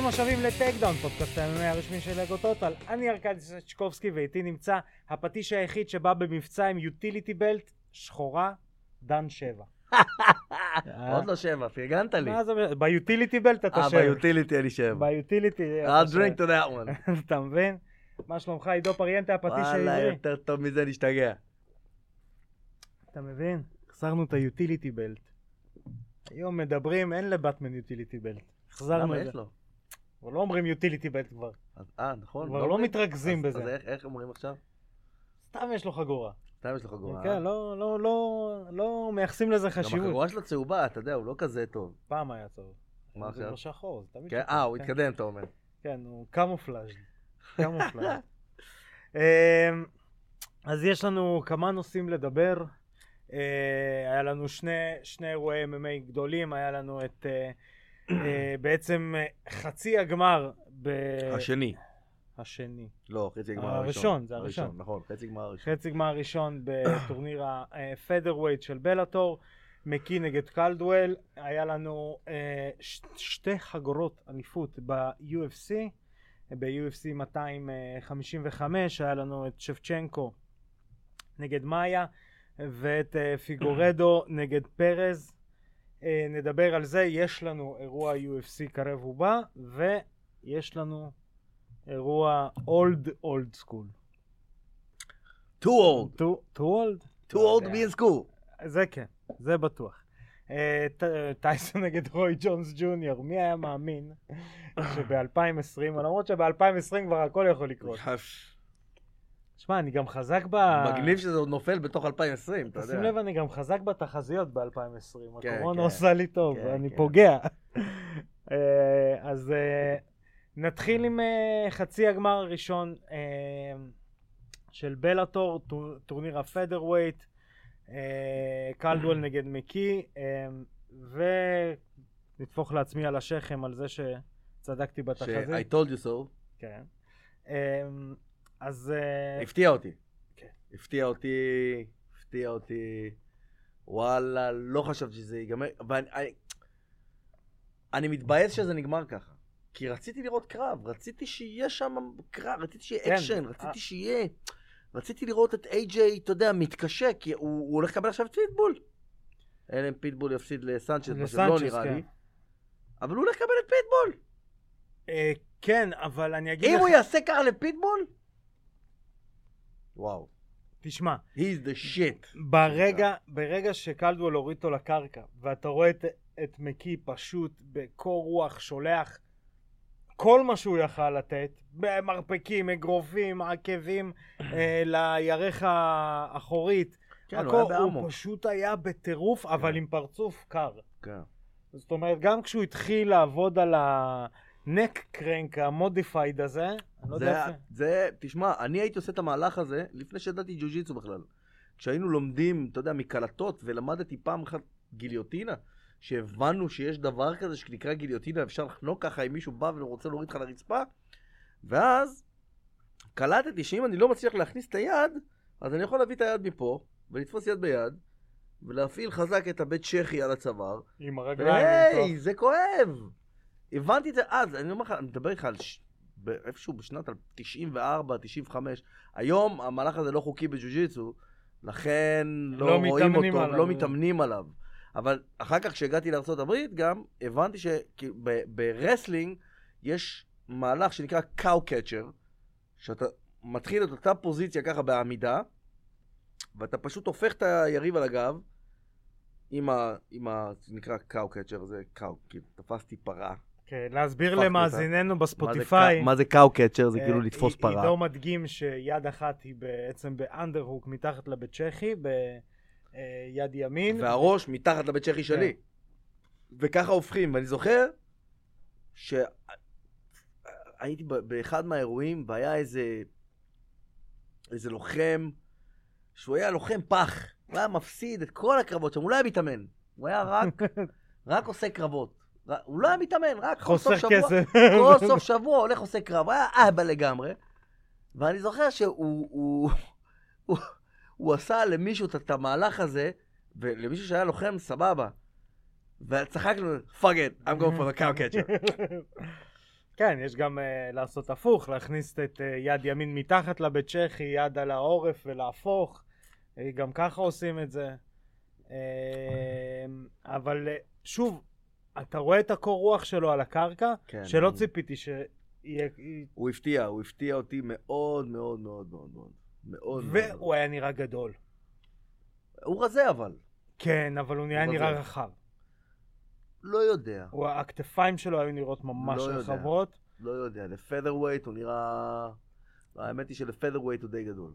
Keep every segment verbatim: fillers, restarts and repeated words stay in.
השבים לטייקדאון, פודקאסט הימי הרשמי של לגו טוטל. אני ארקדי סצ'קובסקי ואיתי נמצא הפטיש היחיד שבא במבצע עם יוטיליטי בלט שחורה, דן שבע. עוד לא שבע, פרגנת לי. מה זה? ביוטיליטי בלט אתה שבע. אה, ביוטיליטי אני שבע. ביוטיליטי I'll drink to that one. אתה מבין? מה שלומך? עידו פריאנטה, הפטיש העברי. וואלה, יותר טוב מזה נשתגע. אתה מבין? החזרנו את היוטיליטי בלט. היום מדברים, אין לבטמן יוטיליטי בלט. החזרנו למה את זה. יש לו? אבל לא אומרים יוטיליטי בלט כבר. אה, נכון. כבר לא מתרכזים בזה. אז איך אומרים עכשיו? סתם יש לו חגורה. סתם יש לו חגורה. כן, לא, לא, לא, לא מייחסים לזה גם חשיבות. החגורה שלו צהובה, אתה יודע, הוא לא כזה טוב. פעם היה טוב. מה זה לא עכשיו? שחור, זה תמיד כן, שחור. אה, הוא התקדם, אתה אומר. כן, הוא קמופלאז'. קמופלאז'. אז יש לנו כמה נושאים לדבר. היה לנו שני, שני אירועי אם אם איי גדולים, היה לנו את בעצם חצי הגמר ב... השני. השני. לא, חצי גמר הראשון. הראשון. זה הראשון. נכון, חצי גמר הראשון. חצי גמר הראשון בטורניר הפדרווייט של בלאטור, מקי נגד קלדוול. היה לנו ש- שתי חגורות אליפות ב-יו אף סי, ב-יו אף סי מאתיים חמישים וחמש היה לנו את שבצ'נקו נגד מאיה ואת פיגורדו נגד פרז. נדבר על זה. יש לנו אירוע יו אף סי קרב ובא, ויש לנו אירוע old old school. Too old. too old? Too old to be in school. זה כן, זה בטוח. טייסון נגד רוי ג'ונס ג'וניור. מי היה מאמין שב-אלפיים עשרים, למרות שב-אלפיים עשרים כבר הכל יכול לקרות. שמע, אני גם חזק ב... מגניב שזה עוד נופל בתוך אלפיים עשרים, אתה יודע. תשים לב, אני גם חזק בתחזיות ב-אלפיים עשרים. כן, הקורונה כן. עושה לי טוב, כן, אני כן. פוגע. אה, אז אה, נתחיל עם אה, חצי הגמר הראשון אה, של בלאטור, טור- טורניר הפדרווייט, אה, קלדוול נגד מקי, אה, ונתפוך לעצמי על השכם על זה שצדקתי בתחזית. ש- I told you so. כן. אה, אז אה, הפתיע אותי. כן. הפתיע אותי, הפתיע אותי. וואלה, לא חשבתי שזה ייגמר. ואני, אני, אני מתבאס שזה נגמר ככה. כי רציתי לראות קרב, רציתי שיהיה שם קרב, רציתי שיהיה כן. אקשן, רציתי שיהיה... רציתי לראות את איי ג'יי, אתה יודע, מתקשה, כי הוא, הוא הולך לקבל עכשיו את פיטבול. אלא אם פיטבול יפסיד לסנצ'ס, מה שלא לסנצ'ס, נראה כן. לי. אבל הוא הולך לקבל את פיטבול. אה, כן, אבל אני אגיד אם לך... הוא יעשה ככה לפיטבול... וואו. תשמע, He's the shit. ברגע, ברגע שקלדוול הוריד אותו לקרקע, ואתה רואה את, את מקי פשוט בקור רוח שולח כל מה שהוא יכל לתת, במרפקים, אגרופים, עקבים, אה, לירך האחורית, כן, הוא הכל, היה הוא באמוק. פשוט היה בטירוף, אבל עם פרצוף קר. כן. זאת אומרת, גם כשהוא התחיל לעבוד על הנק קרנק המודיפייד הזה, אני לא יודע זה, איפה... זה, תשמע, אני הייתי עושה את המהלך הזה לפני שידעתי ג'ו-ג'יצו בכלל. כשהיינו לומדים, אתה יודע, מקלטות, ולמדתי פעם אחת גיליוטינה, שהבנו שיש דבר כזה שנקרא גיליוטינה, אפשר לחנוק ככה אם מישהו בא ורוצה להוריד לך לרצפה, ואז קלטתי שאם אני לא מצליח להכניס את היד, אז אני יכול להביא את היד מפה, ולתפוס יד ביד, ולהפעיל חזק את הבית צ'כי על הצוואר, עם הרגליים. היי, זה כואב. הבנתי את זה אז, אני אומר לך, אני מדבר איתך על ש... איפשהו בשנת תשעים וארבע, תשעים וחמש. היום המהלך הזה לא חוקי בג'ו-ג'יצו, לכן לא, לא רואים מתאמנים אותו, עליו. לא מתאמנים עליו. אבל אחר כך כשהגעתי לארצות הברית גם, הבנתי שברסלינג יש מהלך שנקרא קאו קאצ'ר, שאתה מתחיל את אותה פוזיציה ככה בעמידה, ואתה פשוט הופך את היריב על הגב, עם ה... עם ה... זה נקרא קאו קאצ'ר, זה קאו, כאילו, תפסתי פרה. כן, להסביר הפכתי למאזיננו בספוטיפיי. מה זה קאו קאצ'ר? זה אה, כאילו לתפוס עי- פרה. עידו מדגים שיד אחת היא בעצם באנדרהוק מתחת לבית צ'כי, ביד ימין. והראש מתחת לבית צ'כי שלי. וככה הופכים, ואני זוכר שהייתי באחד מהאירועים, והיה איזה איזה לוחם, שהוא היה לוחם פח, הוא היה מפסיד את כל הקרבות שם, הוא לא היה מתאמן, הוא היה רק, רק עושה קרבות. הוא לא היה מתאמן, רק כל סוף חוסך שבוע, כסף. כל סוף שבוע הולך עושה קרב, הוא היה אהבה לגמרי, ואני זוכר שהוא הוא, הוא, הוא עשה למישהו את המהלך הזה, ולמישהו שהיה לוחם סבבה, וצחקנו, fuck it, I'm going for the cow catcher. כן, יש גם uh, לעשות הפוך, להכניס את uh, יד ימין מתחת לבית צ'כי, יד על העורף ולהפוך. Uh, גם ככה עושים את זה. Uh, אבל uh, שוב, אתה רואה את הקור רוח שלו על הקרקע, כן, שלא הוא... ציפיתי שיהיה... הוא הפתיע, הוא הפתיע אותי מאוד מאוד מאוד מאוד מאוד. מאוד והוא מאוד. היה נראה גדול. הוא רזה אבל. כן, אבל הוא נראה הוא נראה רחב. לא יודע. הוא, הכתפיים שלו היו נראות ממש לא רחבות. יודע. לא יודע, לפדרווייט הוא נראה... האמת היא שלפדרווייט הוא די גדול.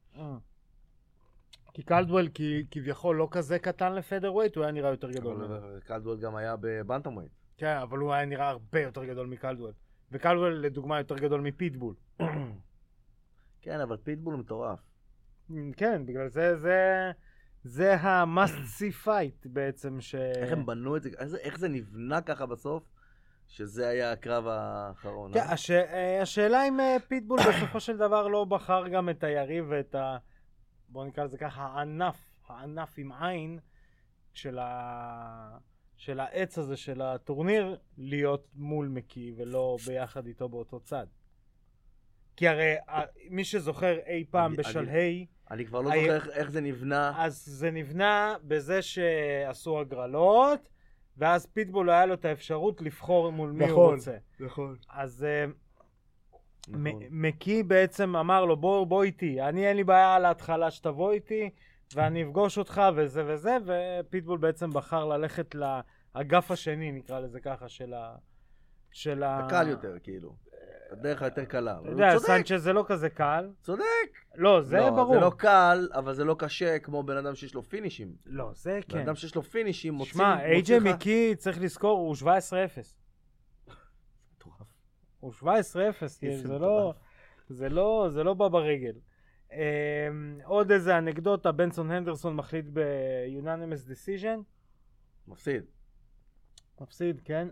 כי קלדוול כביכול לא כזה קטן לפדרווייט, הוא היה נראה יותר גדול. קלדוול גם היה בבנטמווייט. כן, אבל הוא היה נראה הרבה יותר גדול מקלדוול. וקלדוול לדוגמה יותר גדול מפיטבול. כן, אבל פיטבול הוא מטורף. כן, בגלל זה זה... זה ה-must see fight בעצם ש... איך הם בנו את זה? איך זה, איך זה נבנה ככה בסוף? שזה היה הקרב האחרון. כן, הש... השאלה אם פיטבול בסופו של דבר לא בחר גם את היריב ואת ה... בוא נקרא לזה ככה, הענף, הענף עם עין של, ה... של העץ הזה של הטורניר להיות מול מקי ולא ביחד איתו באותו צד. כי הרי מי שזוכר אי פעם אני, בשלהי... אני... אני כבר לא זוכר איך, איך זה נבנה. אז זה נבנה בזה שעשו הגרלות, ואז פיטבול היה לו את האפשרות לבחור מול מי נכון, הוא רוצה. נכון. אז נכון. מקי בעצם אמר לו, בוא, בוא איתי. אני אין לי בעיה על ההתחלה שתבוא איתי, ואני אפגוש אותך וזה וזה, ופיטבול בעצם בחר ללכת לאגף השני, נקרא לזה ככה, של ה... של ה... הקל יותר, כאילו. הדרך היותר קלה. אתה יודע, סנצ'ז זה לא כזה קל. צודק. לא, זה לא, ברור. זה לא קל, אבל זה לא קשה כמו בן אדם שיש לו פינישים. לא, זה כן. בן אדם שיש לו פינישים מוצאים... שמע, איי-ג'יי מקי, צריך לזכור, הוא שבע עשרה אפס. מטורף. הוא שבע עשרה אפס, זה לא... זה לא, זה לא בא ברגל. עוד איזה אנקדוטה, בנסון הנדרסון מחליט ב-unanimous decision. מפסיד. מפסיד, כן.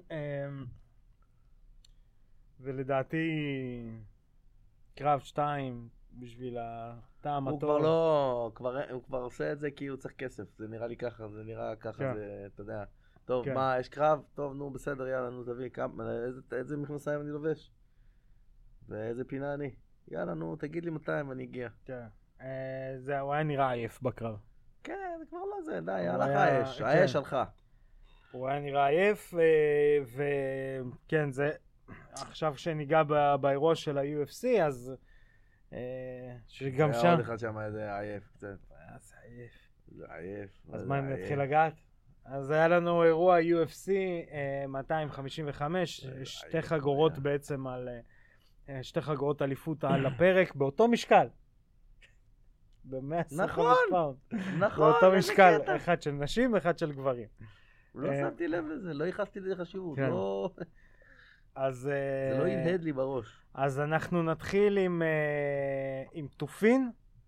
ולדעתי קרב שתיים בשביל הטעם הטוב. הוא כבר לא, כבר, הוא כבר עושה את זה כי הוא צריך כסף, זה נראה לי ככה, זה נראה ככה, כן. זה, אתה יודע. טוב, כן. מה, יש קרב? טוב, נו, בסדר, יאללה, נו, תביא, כמה, איזה, איזה מכנסיים אני לובש? ואיזה פינה אני? יאללה, נו, תגיד לי מתי ואני אגיע. כן. אה, זה, הוא היה נראה עייף בקרב. כן, זה כבר לא זה, די, הלך האש, כן. האש הלכה. הוא היה נראה עייף, וכן, זה... עכשיו כשניגע באירוע של ה-יו אף סי, אז שגם שם... היה עוד אחד שם, זה עייף קצת. זה עייף. זה עייף. אז מה, אני נתחיל לגעת? אז היה לנו אירוע יו אף סי מאתיים חמישים וחמש, שתי חגורות בעצם על... שתי חגורות אליפות על הפרק, באותו משקל. ב-מאה עשרים וחמש פאונד. נכון, באותו משקל, אחד של נשים, אחד של גברים. לא שמתי לב לזה, לא ייחסתי לזה חשיבות, לא... אז... זה לא ינהד לי בראש. אז אנחנו נתחיל עם, עם תופין.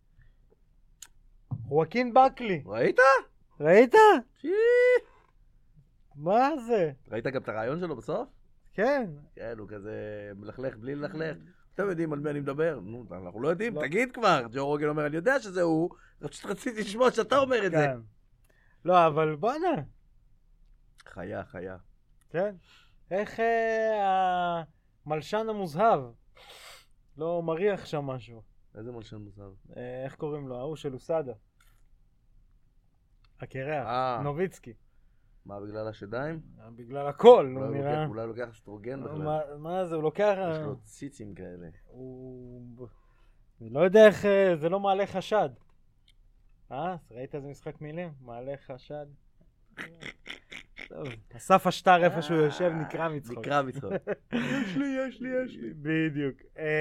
וואקין בקלי. ראית? ראית? מה זה? ראית גם את הרעיון שלו בסוף? כן. כן, הוא כזה מלכלך בלי ללכלך. אתם יודעים על מי אני מדבר? נו, אנחנו לא יודעים, תגיד כבר. ג'ו רוגן אומר, אני יודע שזה הוא, רציתי לשמוע שאתה אומר את זה. לא, אבל בוא נה. חיה, חיה. כן. איך המלשן המוזהב לא מריח שם משהו? איזה מלשן מוזהב? איך קוראים לו? ההוא של אוסדה. הקרח, נוביצקי. מה, בגלל השדיים? בגלל הכל, הוא נראה. אולי הוא לוקח אסטרוגן בכלל. מה זה, הוא לוקח... יש לו ציצים כאלה. הוא... אני לא יודע איך זה לא מעלה חשד. אה? ראית איזה משחק מילים? מעלה חשד? טוב, אסף השטר איפה שהוא יושב נקרא מצחוק. נקרא מצחוק. יש לי, יש לי, יש לי. בדיוק.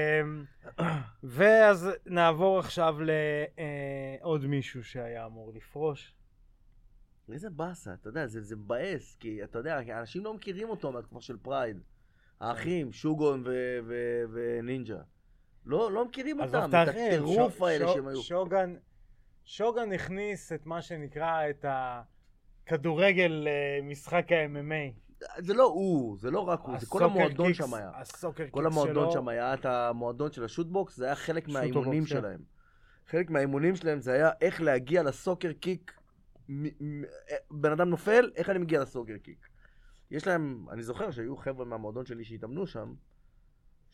ואז נעבור עכשיו לעוד מישהו שהיה אמור לפרוש. איזה באסה, אתה יודע, זה, זה מבאס, כי אתה יודע, אנשים לא מכירים אותו מהתקופה של פרייד. האחים, שוגון ו- ו- ונינג'ה. לא, לא מכירים אותם, את הטירוף האלה שהם היו. שוגן, שוגן הכניס את מה שנקרא את הכדורגל משחק ה-אם אם איי. זה לא הוא, זה לא רק הוא, זה כל המועדון שם היה. הסוקר קיקס שלו. כל המועדון שם היה, את המועדון של השוטבוקס, זה היה חלק מהאימונים שלהם. חלק מהאימונים שלהם זה היה איך להגיע לסוקר קיק. בן אדם נופל, איך אני מגיע לסוקר קיק? יש להם, אני זוכר שהיו חבר'ה מהמועדון שלי שהתאמנו שם,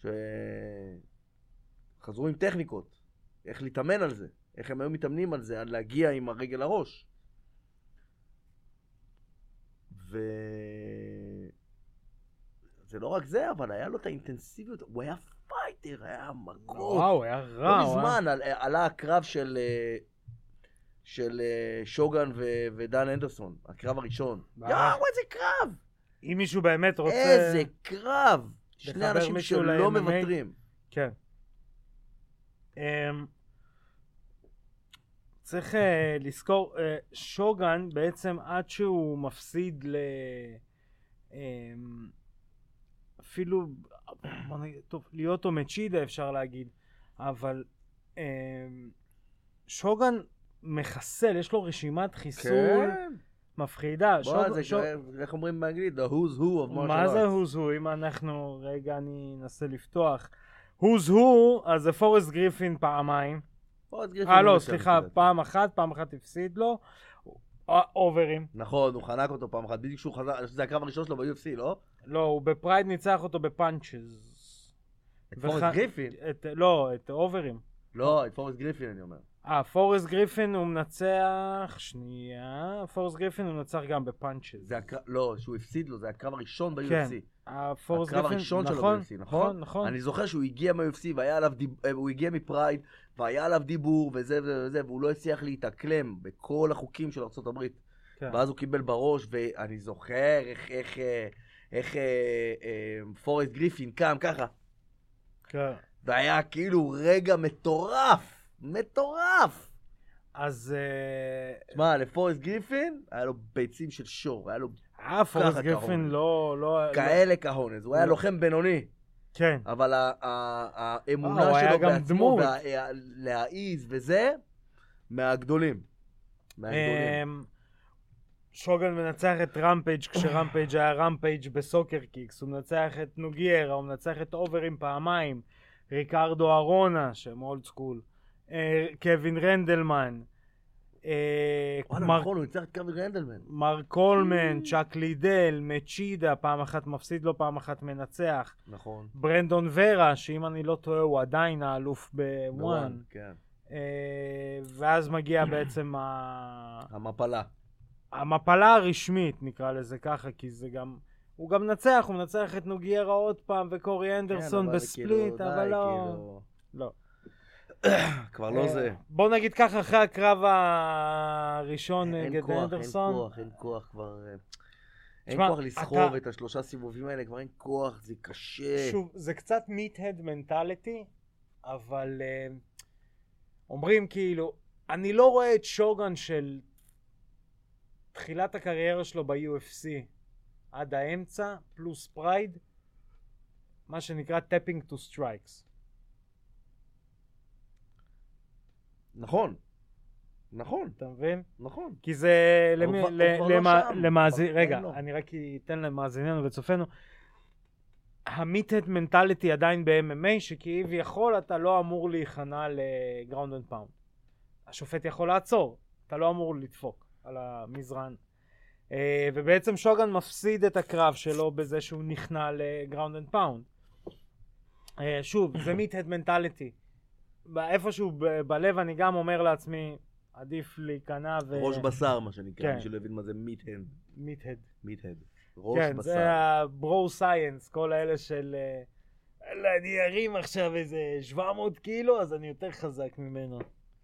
שחזרו עם טכניקות, איך להתאמן על זה, איך הם היו מתאמנים על זה, עד להגיע עם הרגל לראש. ו... זה לא רק זה, אבל היה לו את האינטנסיביות, הוא היה פייטר, היה מכות. וואו, היה רע. לא מזמן על, עלה הקרב של, של שוגן ו, ודן אנדרסון, הקרב הראשון. יואו, איזה קרב! אם מישהו באמת רוצה... איזה קרב! שני אנשים שלא מוותרים. כן. Um, צריך uh, לזכור, uh, שוגן בעצם עד שהוא מפסיד ל... Um, אפילו, טוב, להיות או מצ'ידה אפשר להגיד, אבל um, שוגן מחסל, יש לו רשימת חיסול כן. מפחידה. בוא, שוג... זה שוג... איך אומרים באנגלית? The who's who of martial arts. מה זה who's who? אם אנחנו, רגע אני אנסה לפתוח. who's who, אז זה פורסט גריפין פעמיים. פורסט גריפין. אה לא, סליחה, פעם אחת, פעם אחת הפסיד לו. אוברים. נכון, הוא חנק אותו פעם אחת, בדיוק שהוא חזר, זה הקרב הראשון שלו ב-יו אף סי, לא? לא, הוא בפרייד ניצח אותו בפאנצ'ז. את פורסט גריפין? לא, את אוברים. לא, את פורסט גריפין אני אומר. אה, פורסט גריפין הוא מנצח, שנייה, פורסט גריפין הוא מנצח גם בפאנצ'ז. זה הקרב, לא, שהוא הפסיד לו, זה הקרב הראשון ב-יו אף סי. כן, הפורסט גריפין, הקרב הראשון שלו ב-יו אף סי, נכון? נכון. אני זוכר שהוא הגיע מה-יו אף סי והיה עליו, הוא הגיע מפרייד, והיה עליו דיבור וזה וזה, והוא לא הצליח להתאקלם בכל החוקים של ארצות הברית. ואז הוא קיבל בראש, ואני זוכר איך, איך, איך פורסט גריפין קם ככה. כן. והיה כאילו רגע מטורף. מטורף! אז... תשמע, לפורסט גריפין היה לו ביצים של שור, היה לו... אה, פורסט גריפין לא... כאלה כהונז, הוא היה לוחם בינוני. כן. אבל האמונה שלו בעצמו, להעיז וזה, מהגדולים. מהגדולים. שוגן מנצח את רמפייג' כשרמפייג' היה רמפייג' בסוקר קיקס, הוא מנצח את נוגיירה, הוא מנצח את אוברים פעמיים, ריקרדו ארונה, שהם אולד סקול. קווין רנדלמן, נכון, הוא יצא את קווין רנדלמן, מרק קולמן, צ'אק לידל, מצ'ידה, פעם אחת מפסיד לו, פעם אחת מנצח, נכון, ברנדון ורה, שאם אני לא טועה הוא עדיין האלוף בוואן, כן, ואז מגיע בעצם המפלה, המפלה הרשמית נקרא לזה ככה, כי זה גם, הוא גם מנצח, הוא מנצח את נוגיירה עוד פעם וקורי אנדרסון בספליט, אבל לא, לא. כבר לא זה. בוא נגיד ככה, אחרי הקרב הראשון נגד אנדרסון. אין כוח, אין כוח כבר. אין כוח לסחוב את השלושה סיבובים האלה, כבר אין כוח, זה קשה. שוב, זה קצת מיט-הד מנטליטי, אבל אומרים כאילו, אני לא רואה את שוגן של תחילת הקריירה שלו ב-יו אף סי עד האמצע, פלוס פרייד, מה שנקרא tapping to strikes. נכון, נכון. אתה מבין? נכון. כי זה למאזין, רגע, אני רק אתן למאזיננו וצופנו, המיט-הד מנטליטי עדיין ב-אם אם איי, שכביכול אתה לא אמור להיכנע לגראונד אנד פאונד. השופט יכול לעצור, אתה לא אמור לדפוק על המזרן. ובעצם שוגן מפסיד את הקרב שלו בזה שהוא נכנע לגראונד אנד פאונד. שוב, זה מיט-הד מנטליטי. איפשהו בלב אני גם אומר לעצמי, עדיף להיכנע ו... ראש בשר, מה שנקרא, מי שלא הבין מה זה מיט-הד. מיט-הד. מיט-הד. ראש כן, בשר. זה הברו סייאנס, כל האלה של... אני ארים עכשיו איזה שבע מאות קילו, אז אני יותר חזק ממנו.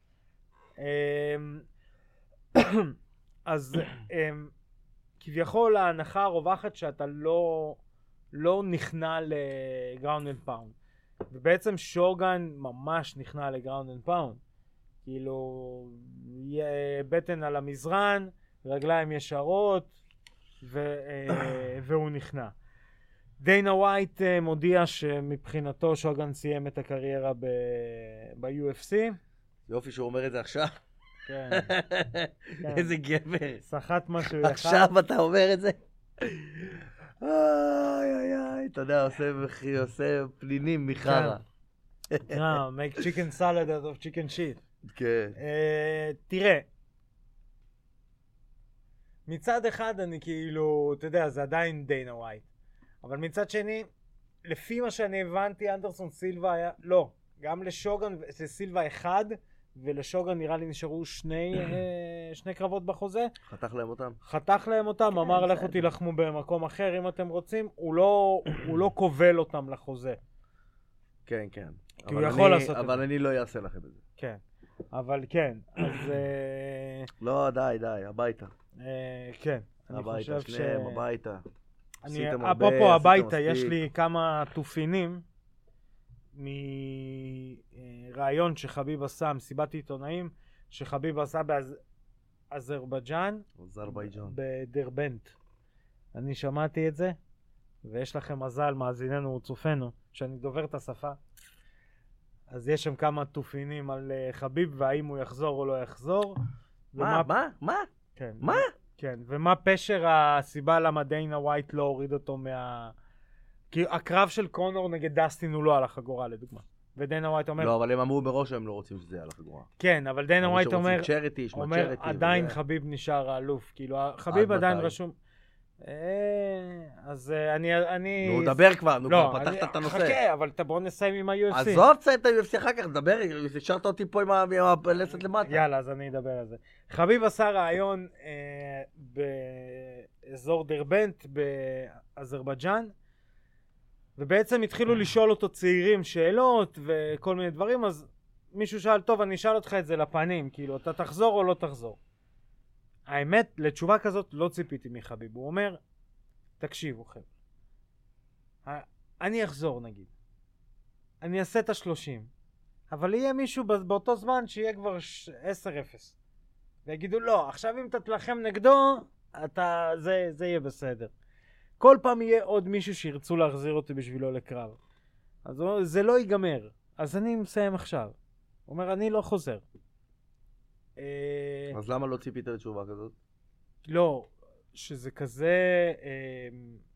אז כביכול ההנחה הרווחת שאתה לא, לא נכנע לגראונד אנד פאונד. ובעצם שוגן ממש נכנע לגראונד אנד פאונד. כאילו, בטן על המזרן, רגליים ישרות, ו, והוא נכנע. דיינה ווייט מודיע שמבחינתו שוגן סיים את הקריירה ב-יו אף סי. יופי שהוא אומר את זה עכשיו. כן. איזה גבר. שחט משהו יחד. עכשיו אתה אומר את זה? איי איי איי, אתה יודע, עושה פנינים מחרה. כן, make chicken salad out of chicken shit. כן. תראה, מצד אחד אני כאילו, אתה יודע, זה עדיין דיינה ווייט. אבל מצד שני, לפי מה שאני הבנתי, אנדרסון סילבה היה, לא, גם לשוגן, סילבה אחד, ולשוגן נראה לי נשארו שני, שני קרבות בחוזה. חתך להם אותם? חתך להם אותם, כן, אמר לכו תילחמו במקום אחר אם אתם רוצים, הוא לא, הוא לא כובל אותם לחוזה. כן, כן. כי הוא יכול אני, לעשות את זה. אבל אני לא אעשה לכם את זה. כן, אבל כן, אז... לא, די, די, הביתה. כן, אני חושב ש... שניהם, הביתה. אפרופו הביתה, יש לי כמה תופינים מרעיון שחביב עשה, מסיבת עיתונאים, שחביב עשה באזרבייג'אן, בדרבנט. אני שמעתי את זה, ויש לכם מזל, מאזיננו וצופינו, שאני דובר את השפה. אז יש שם כמה תופינים על חביב, והאם הוא יחזור או לא יחזור. מה? מה? מה? כן. מה? כן, ומה פשר הסיבה למה דיינה ווייט לא הוריד אותו מה... כי הקרב של קונור נגד דסטין הוא לא על החגורה לדוגמה. ודיינה ווייט אומר... לא, אבל הם אמרו בראש שהם לא רוצים שזה יהיה על החגורה. כן, אבל דיינה ווייט אומר... צ'ריטי, אומר עדיין חביב נשאר האלוף. כאילו, חביב עדיין רשום... אז אני... נו, דבר כבר, נו, כבר פתחת את הנושא. חכה, אבל בוא נסיים עם ה-יו אף סי. עזוב, תסיים את ה-יו אף סי אחר כך, דבר, השארת אותי פה עם הלסת למטה. יאללה, אז אני אדבר על זה. חביב עשה רעיון באזור דרבנט באזרבייג'אן, ובעצם התחילו לשאול אותו צעירים שאלות וכל מיני דברים, אז מישהו שאל, טוב, אני אשאל אותך את זה לפנים, כאילו, אתה תחזור או לא תחזור? האמת, לתשובה כזאת לא ציפיתי מחביב. הוא אומר, תקשיבו חבר'ה, אני אחזור נגיד, אני אעשה את השלושים, אבל יהיה מישהו באותו זמן שיהיה כבר עשר אפס. ויגידו, לא, עכשיו אם אתה תלחם נגדו, אתה, זה, זה יהיה בסדר. כל פעם יהיה עוד מישהו שירצו להחזיר אותי בשבילו לקרב. אז זה לא ייגמר. אז אני מסיים עכשיו. הוא אומר, אני לא חוזר. אז למה לא ציפית לתשובה כזאת? לא, שזה כזה אה,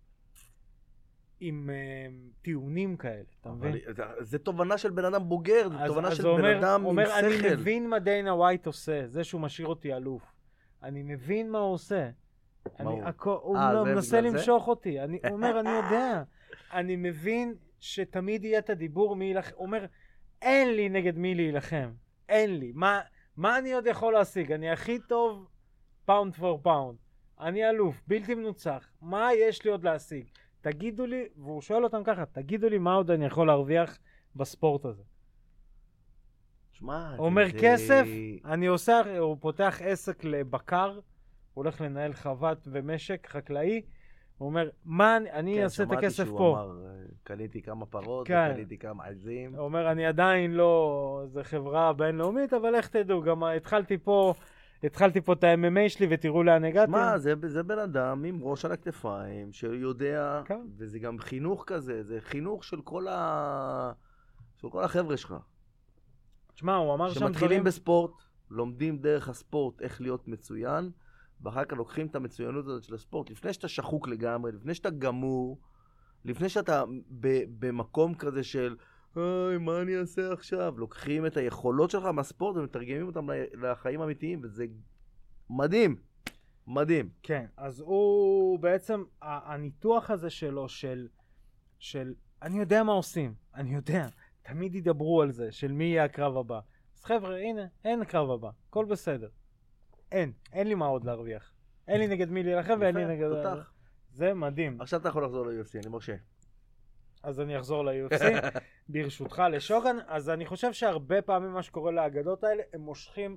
עם אה, טיעונים כאלה, אתה מבין? זה תובנה של בן אדם בוגר, זה תובנה של אומר, בן אדם אומר, עם שכל. אני מבין מה דיינה ווייט עושה, זה שהוא משאיר אותי אלוף. אני מבין מה הוא עושה. אני, הוא? הכ... הוא 아, לא, מנסה למשוך זה? אותי. אני, הוא אומר, אני יודע. אני מבין שתמיד יהיה את הדיבור מי ילחם. הוא אומר, אין לי נגד מי להילחם. אין לי. מה... מה אני עוד יכול להשיג? אני הכי טוב פאונד פור פאונד. אני אלוף, בלתי מנוצח. מה יש לי עוד להשיג? תגידו לי, והוא שואל אותם ככה, תגידו לי מה עוד אני יכול להרוויח בספורט הזה. שמה, הוא אומר זה... כסף, אני עושה, הוא פותח עסק לבקר, הוא הולך לנהל חוות ומשק חקלאי, הוא אומר, מה אני, אני כן, אעשה את הכסף פה? שמעתי שהוא אמר, קניתי כמה פרות, כן. קניתי כמה עזים. הוא אומר, אני עדיין לא, זה חברה בינלאומית, אבל איך תדעו, גם התחלתי פה, התחלתי פה את ה-אם אם איי שלי ותראו לאן הגעתי. מה, זה, זה בן אדם עם ראש על הכתפיים, שיודע, כן. וזה גם חינוך כזה, זה חינוך של כל, ה... של כל החבר'ה שלך. תשמע, הוא אמר שם דברים... שמתחילים בספורט, לומדים דרך הספורט איך להיות מצוין, ואחר כך לוקחים את המצוינות הזאת של הספורט, לפני שאתה שחוק לגמרי, לפני שאתה גמור, לפני שאתה ב- במקום כזה של, היי, מה אני אעשה עכשיו? לוקחים את היכולות שלך מהספורט ומתרגמים אותם לחיים אמיתיים, וזה מדהים, מדהים. כן, אז הוא בעצם, הניתוח הזה שלו, של, של, אני יודע מה עושים, אני יודע, תמיד ידברו על זה, של מי יהיה הקרב הבא. אז חבר'ה, הנה, אין הקרב הבא, הכל בסדר. אין, אין לי מה עוד להרוויח. אין לי נגד מי להילחם ואין לי נגד... תותח. זה מדהים. עכשיו אתה יכול לחזור ל-יו אף סי, אני מרשה. אז אני אחזור ל-יו אף סי, ברשותך לשוגן. אז אני חושב שהרבה פעמים מה שקורה לאגדות האלה, הם מושכים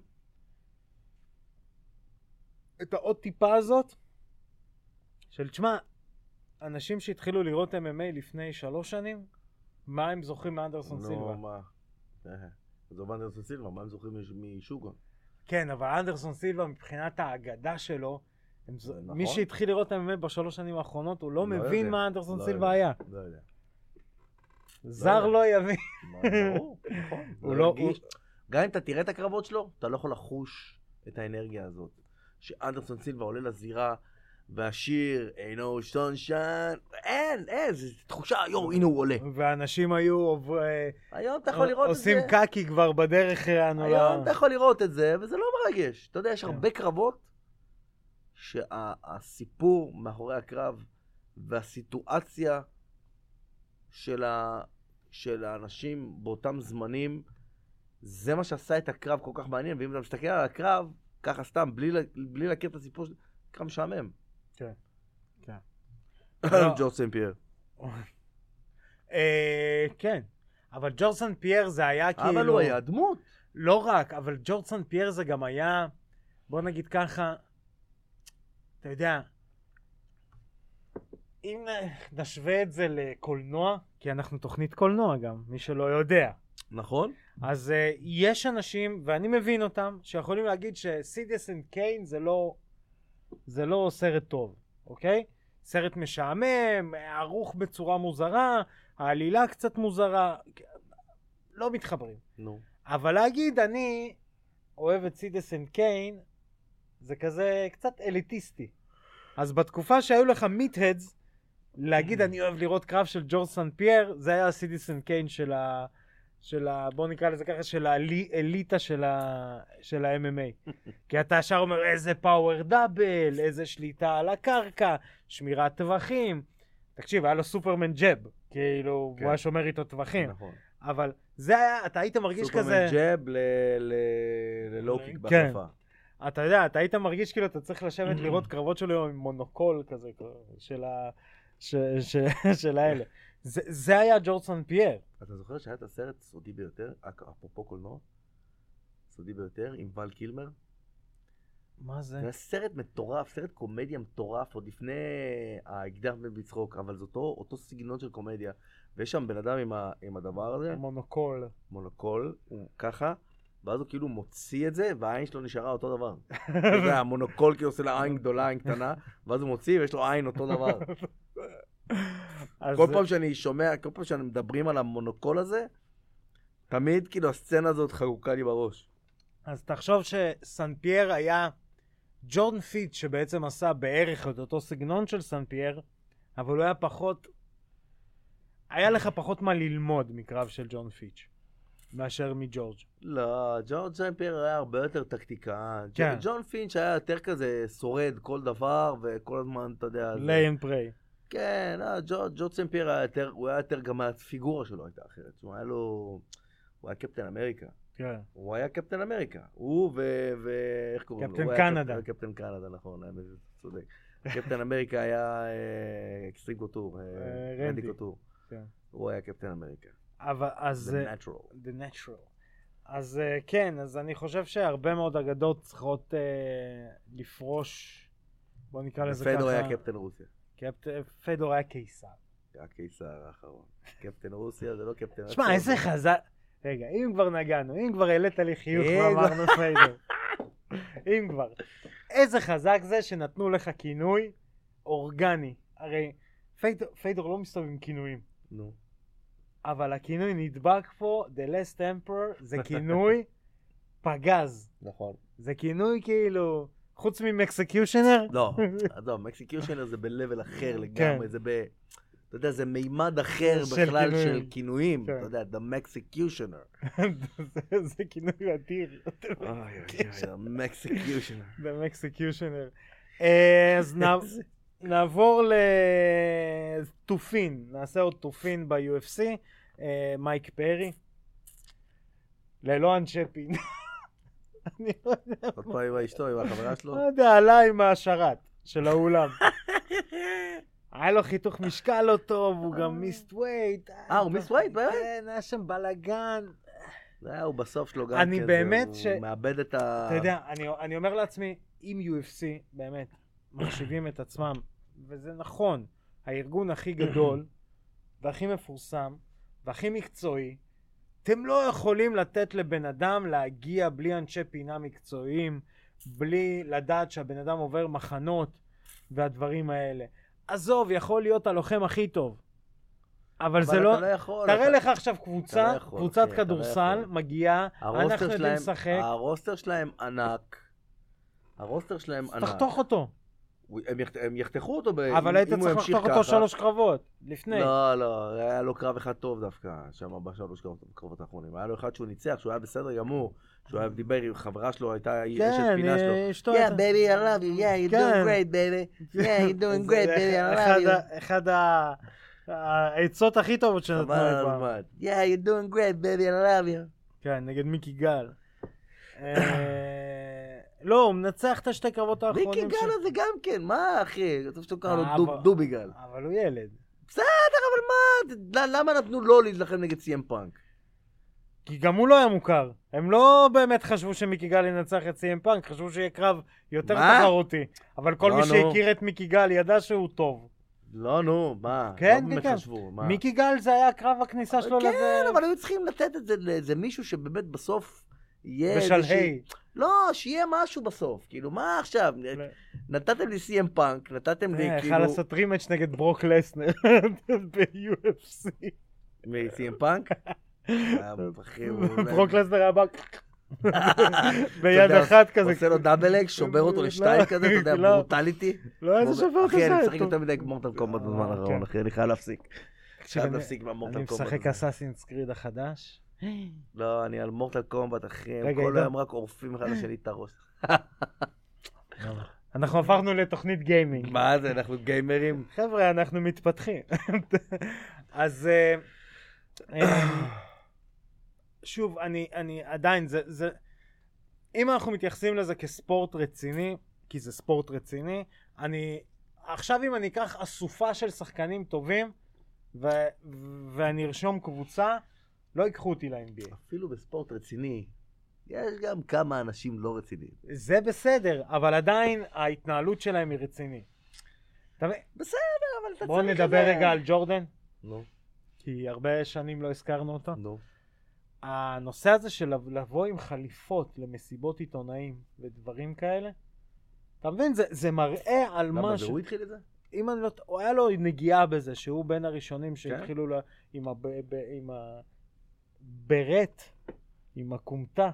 את העוד טיפה הזאת, של תשמע, אנשים שהתחילו לראות אם אם איי לפני שלוש שנים, מה הם זוכרים מאנדרסון סילבה? נו, מה? זה אנדרסון סילבה, מה הם זוכרים משוגן? כן, אבל אנדרסון סילבה מבחינת האגדה שלו, נכון? מי שהתחיל לראות אם אם איי בשלוש שנים האחרונות, הוא לא, לא מבין יודע. מה אנדרסון לא סילבה יודע. היה. לא יודע. זר לא יבין. ברור, נכון. הוא לא... גם אם אתה תראה את הקרבות שלו, אתה לא יכול לחוש את האנרגיה הזאת. שאנדרסון סילבה עולה לזירה, והשיר, ain't no sunshine, אין, אין, זו תחושה, יו, הנה הוא עולה. ואנשים היו היום אתה יכול לראות את זה. עושים קאקי כבר בדרך. היום אתה יכול לראות את זה, וזה לא מרגש. אתה יודע, יש הרבה קרבות, שהסיפור מאחורי הקרב, והסיטואציה של, ה... של האנשים באותם זמנים, זה מה שעשה את הקרב כל כך מעניין, ואם אתה מסתכל על הקרב, ככה סתם, בלי, בלי להכיר את הסיפור, קרב משעמם. כן, כן. ג'ורג' סן פייר. כן, אבל ג'ורג' סן פייר זה היה כאילו... אבל הוא היה דמות. לא רק, אבל ג'ורג' סן פייר זה גם היה, בוא נגיד ככה, אתה יודע, אם נשווה את זה לקולנוע, כי אנחנו תוכנית קולנוע גם, מי שלא יודע. נכון. אז uh, יש אנשים, ואני מבין אותם, שיכולים להגיד שסיטיזן קיין זה לא, זה לא סרט טוב, אוקיי? סרט משעמם, ערוך בצורה מוזרה, העלילה קצת מוזרה, לא מתחברים. נו. אבל להגיד, אני אוהב את סיטיזן קיין, זה כזה קצת אליטיסטי. אז בתקופה שהיו לך מיט-הדס, להגיד אני אוהב לראות קרב של ג'ורג' סן פייר, זה היה סיטיזן קיין של ה... של ה... בוא נקרא לזה ככה, של האליטה של ה... של ה-אם אם איי. כי אתה ישר אומר איזה פאוור דאבל, איזה שליטה על הקרקע, שמירת טווחים. תקשיב, היה לו סופרמן ג'אב, כאילו, כן. הוא היה שומר איתו טווחים. נכון. אבל זה היה, אתה היית מרגיש כזה... סופרמן ג'אב ללואו-קיק כן. בהחלפה. אתה יודע, אתה היית מרגיש כאילו אתה צריך לשבת לראות קרבות שלו עם מונוקול כזה, של ה... ש... ש... של האלה. זה, זה היה ג'ורג' סן פייר. אתה זוכר שהיה את הסרט סודי ביותר, אפרופו קולנוע? סודי ביותר, עם ול קילמר? מה זה? זה היה סרט מטורף, סרט קומדיה מטורף, עוד לפני האקדח בצחוק, אבל זה אותו, אותו סגנון של קומדיה. ויש שם בן אדם עם, ה, עם הדבר הזה. מונוקול. מונוקול, הוא ככה, ואז הוא כאילו מוציא את זה, והעין שלו נשארה אותו דבר. אתה יודע, המונוקול כאילו עושה לה עין גדולה, עין קטנה, ואז הוא מוציא ויש לו עין אותו דבר. כל פעם שאני שומע, כל פעם שאני מדברים על המונוקול הזה, תמיד כאילו הסצנה הזאת חרוקה לי בראש. אז תחשוב שסן פייר היה ג'ורדן פיץ' שבעצם עשה בערך את אותו סגנון של סן פייר, אבל הוא היה פחות, היה לך פחות מה ללמוד מקרב של ג'ורדן פיץ' מאשר מג'ורג'. לא, ג'ורג' סן פייר היה הרבה יותר טקטיקה. כן. ג'ון פינץ' היה יותר כזה שורד כל דבר, וכל הזמן, אתה יודע... ליי אנד פריי. כן, ג'ורג' סן פייר היה יותר, הוא היה יותר, גם הפיגורה שלו הייתה אחרת. הוא היה לו... הוא היה קפטן אמריקה. כן. הוא היה קפטן אמריקה. הוא ו... ו... איך קוראים לו? קפטן קנדה. קפטן קנדה, נכון. צודק. קפטן אמריקה היה אקסטרים קוטור. רנדי קוטור. הוא היה קפטן אמריקה. אבל אז... The natural. The natural. אז כן, אז אני חושב שהרבה מאוד אגדות צריכות לפרוש, בוא נקרא לזה ככה. פדור היה קפטן רוסיה. פדור היה קיסר. היה קיסר האחרון. קפטן רוסיה זה לא קפטן... שמע, איזה חזק. רגע, אם כבר נגענו, אם כבר העלית לי חיוך ואמרנו פיידור. אם כבר. איזה חזק זה שנתנו לך כינוי אורגני. הרי פיידור לא מסתובב עם כינויים. נו. אבל הכינוי נדבק פה, The Last Emperor, זה כינוי פגז. נכון. זה כינוי כאילו, חוץ ממקסקיושנר? לא, לא, מקסקיושנר זה ב-level אחר לגמרי, זה ב... אתה יודע, זה מימד אחר בכלל של כינויים, אתה יודע, The Mexicutioner. זה כינוי אדיר. אוי, אוי, The Mexicutioner. The Mexicutioner. אז נעבור לטופין, נעשה עוד טופין ב-יו אף סי, מייק פרי, ללא אנשי פין. אני לא יודע. עוד פעם עם האשתו, עם החברה שלו? לא יודע, עלה עם השרת של האולם. היה לו חיתוך משקל לא טוב, הוא גם מיסט ווייט. אה, הוא מיסט ווייט, באמת? כן, היה שם בלגן. זה היה, הוא בסוף שלו גם אני באמת ש... הוא מאבד את ה... אתה יודע, אני אומר לעצמי, אם יו אף סי באמת מחשיבים את עצמם, וזה נכון, הארגון הכי גדול, והכי מפורסם, והכי מקצועי, אתם לא יכולים לתת לבן אדם להגיע בלי אנשי פינה מקצועיים, בלי לדעת שהבן אדם עובר מחנות והדברים האלה. עזוב, יכול להיות הלוחם הכי טוב. אבל זה לא... לא יכול, תראה אתה... לך עכשיו קבוצה, לא יכול, קבוצת אחי, כדורסל, לא מגיעה, אנחנו יודעים לשחק. הרוסטר שלהם ענק. הרוסטר שלהם ענק. תחתוך אותו. הם, יחת... הם יחתכו אותו, ב... אבל היית צריך לחתוך אותו שלוש קרבות, לפני. לא, לא, היה לו קרב אחד טוב דווקא, שם בשלוש קרבות האחרונים. היה לו אחד שהוא ניצח, שהוא היה בסדר גמור, שהוא היה דיבר עם חברה שלו, הייתה אשת פינה שלו. Yeah, baby, I love you, yeah, you're doing great, baby. Yeah, you're doing great, baby, I love you. אחד ה... העצות הכי טובות שנתנו חבל לי על פעם. הזמן. Yeah, you're doing great, baby, I love you. כן, נגד מיקי גל. אה, לא, הוא מנצח את השתי קרבות האחרונים. מיקי גל הזה גם כן, מה אחי? אתה חושב שקרא לו אה, דוב- אבל- דובי גל. אבל הוא ילד. בסדר, אבל מה? ל- למה נתנו לו להילחם נגד סי אם פאנק? כי גם הוא לא היה מוכר. הם לא באמת חשבו שמיקי גל ינצח את סי אם פאנק, חשבו שיהיה קרב יותר מה? תחרותי. אבל כל לא, מי נו. שהכיר את מיקי גל ידע שהוא טוב. לא, נו, מה? כן, לא כן, באמת כן. חשבו, מה? מיקי גל זה היה קרב הכניסה שלו לזה. כן, אבל היו צריכים לתת את זה לאיזה מישהו שבאמת בסוף יהיה בשלהי. איזושהי... לא, שיהיה משהו בסוף. כאילו, מה עכשיו? נתתם לי סי אם פאנק, נתתם לי אה, כאילו... יכל לעשות רימץ' נגד ברוק לסנר ב-יו אף סי. מ-סי אם פאנק? אחי, הוא... ברוק לסנר היה בא ביד אחת כזה. עושה לו דאבל אג, שובר אותו לשתיים לא, כזה, אתה יודע, לא. ברוטליטי. לא, איזה שובר אתה אחי, אני עושה משחק יותר מדי מורטל קומבט בזמן האחרון, אחי, אני חייב להפסיק. חייב להפסיק מהמורטל אני קומבט. משחק אסאסינס קריד החדש. לא, אני על מורטל קומבט, אחי, הם רגע, כל עידו. היום רק עורפים אחד לשני את הראש. אנחנו הפכנו לתוכנית גיימינג. מה זה, אנחנו גיימרים? חבר'ה, אנחנו מתפתחים. אז אה, אה, שוב, אני, אני עדיין, זה, זה, אם אנחנו מתייחסים לזה כספורט רציני, כי זה ספורט רציני, אני, עכשיו אם אני אקח אסופה של שחקנים טובים, ו, ואני ארשום קבוצה, לא ייקחו אותי ל-אן בי איי. אפילו בספורט רציני, יש גם כמה אנשים לא רציניים. זה בסדר, אבל עדיין ההתנהלות שלהם היא רצינית. אתה מבין? בסדר, אבל אתה צריך... בואו נדבר רגע על ג'ורדן, נו, כי הרבה שנים לא הזכרנו אותו. נו. הנושא הזה של לבוא עם חליפות למסיבות עיתונאים ודברים כאלה, אתה מבין? זה, זה מראה על למה, מה זה הוא התחיל את זה? אם אני לא... הוא היה לו נגיעה בזה, שהוא בין הראשונים שהתחילו לה... עם, הב... ב... עם הברט, עם הקומטה.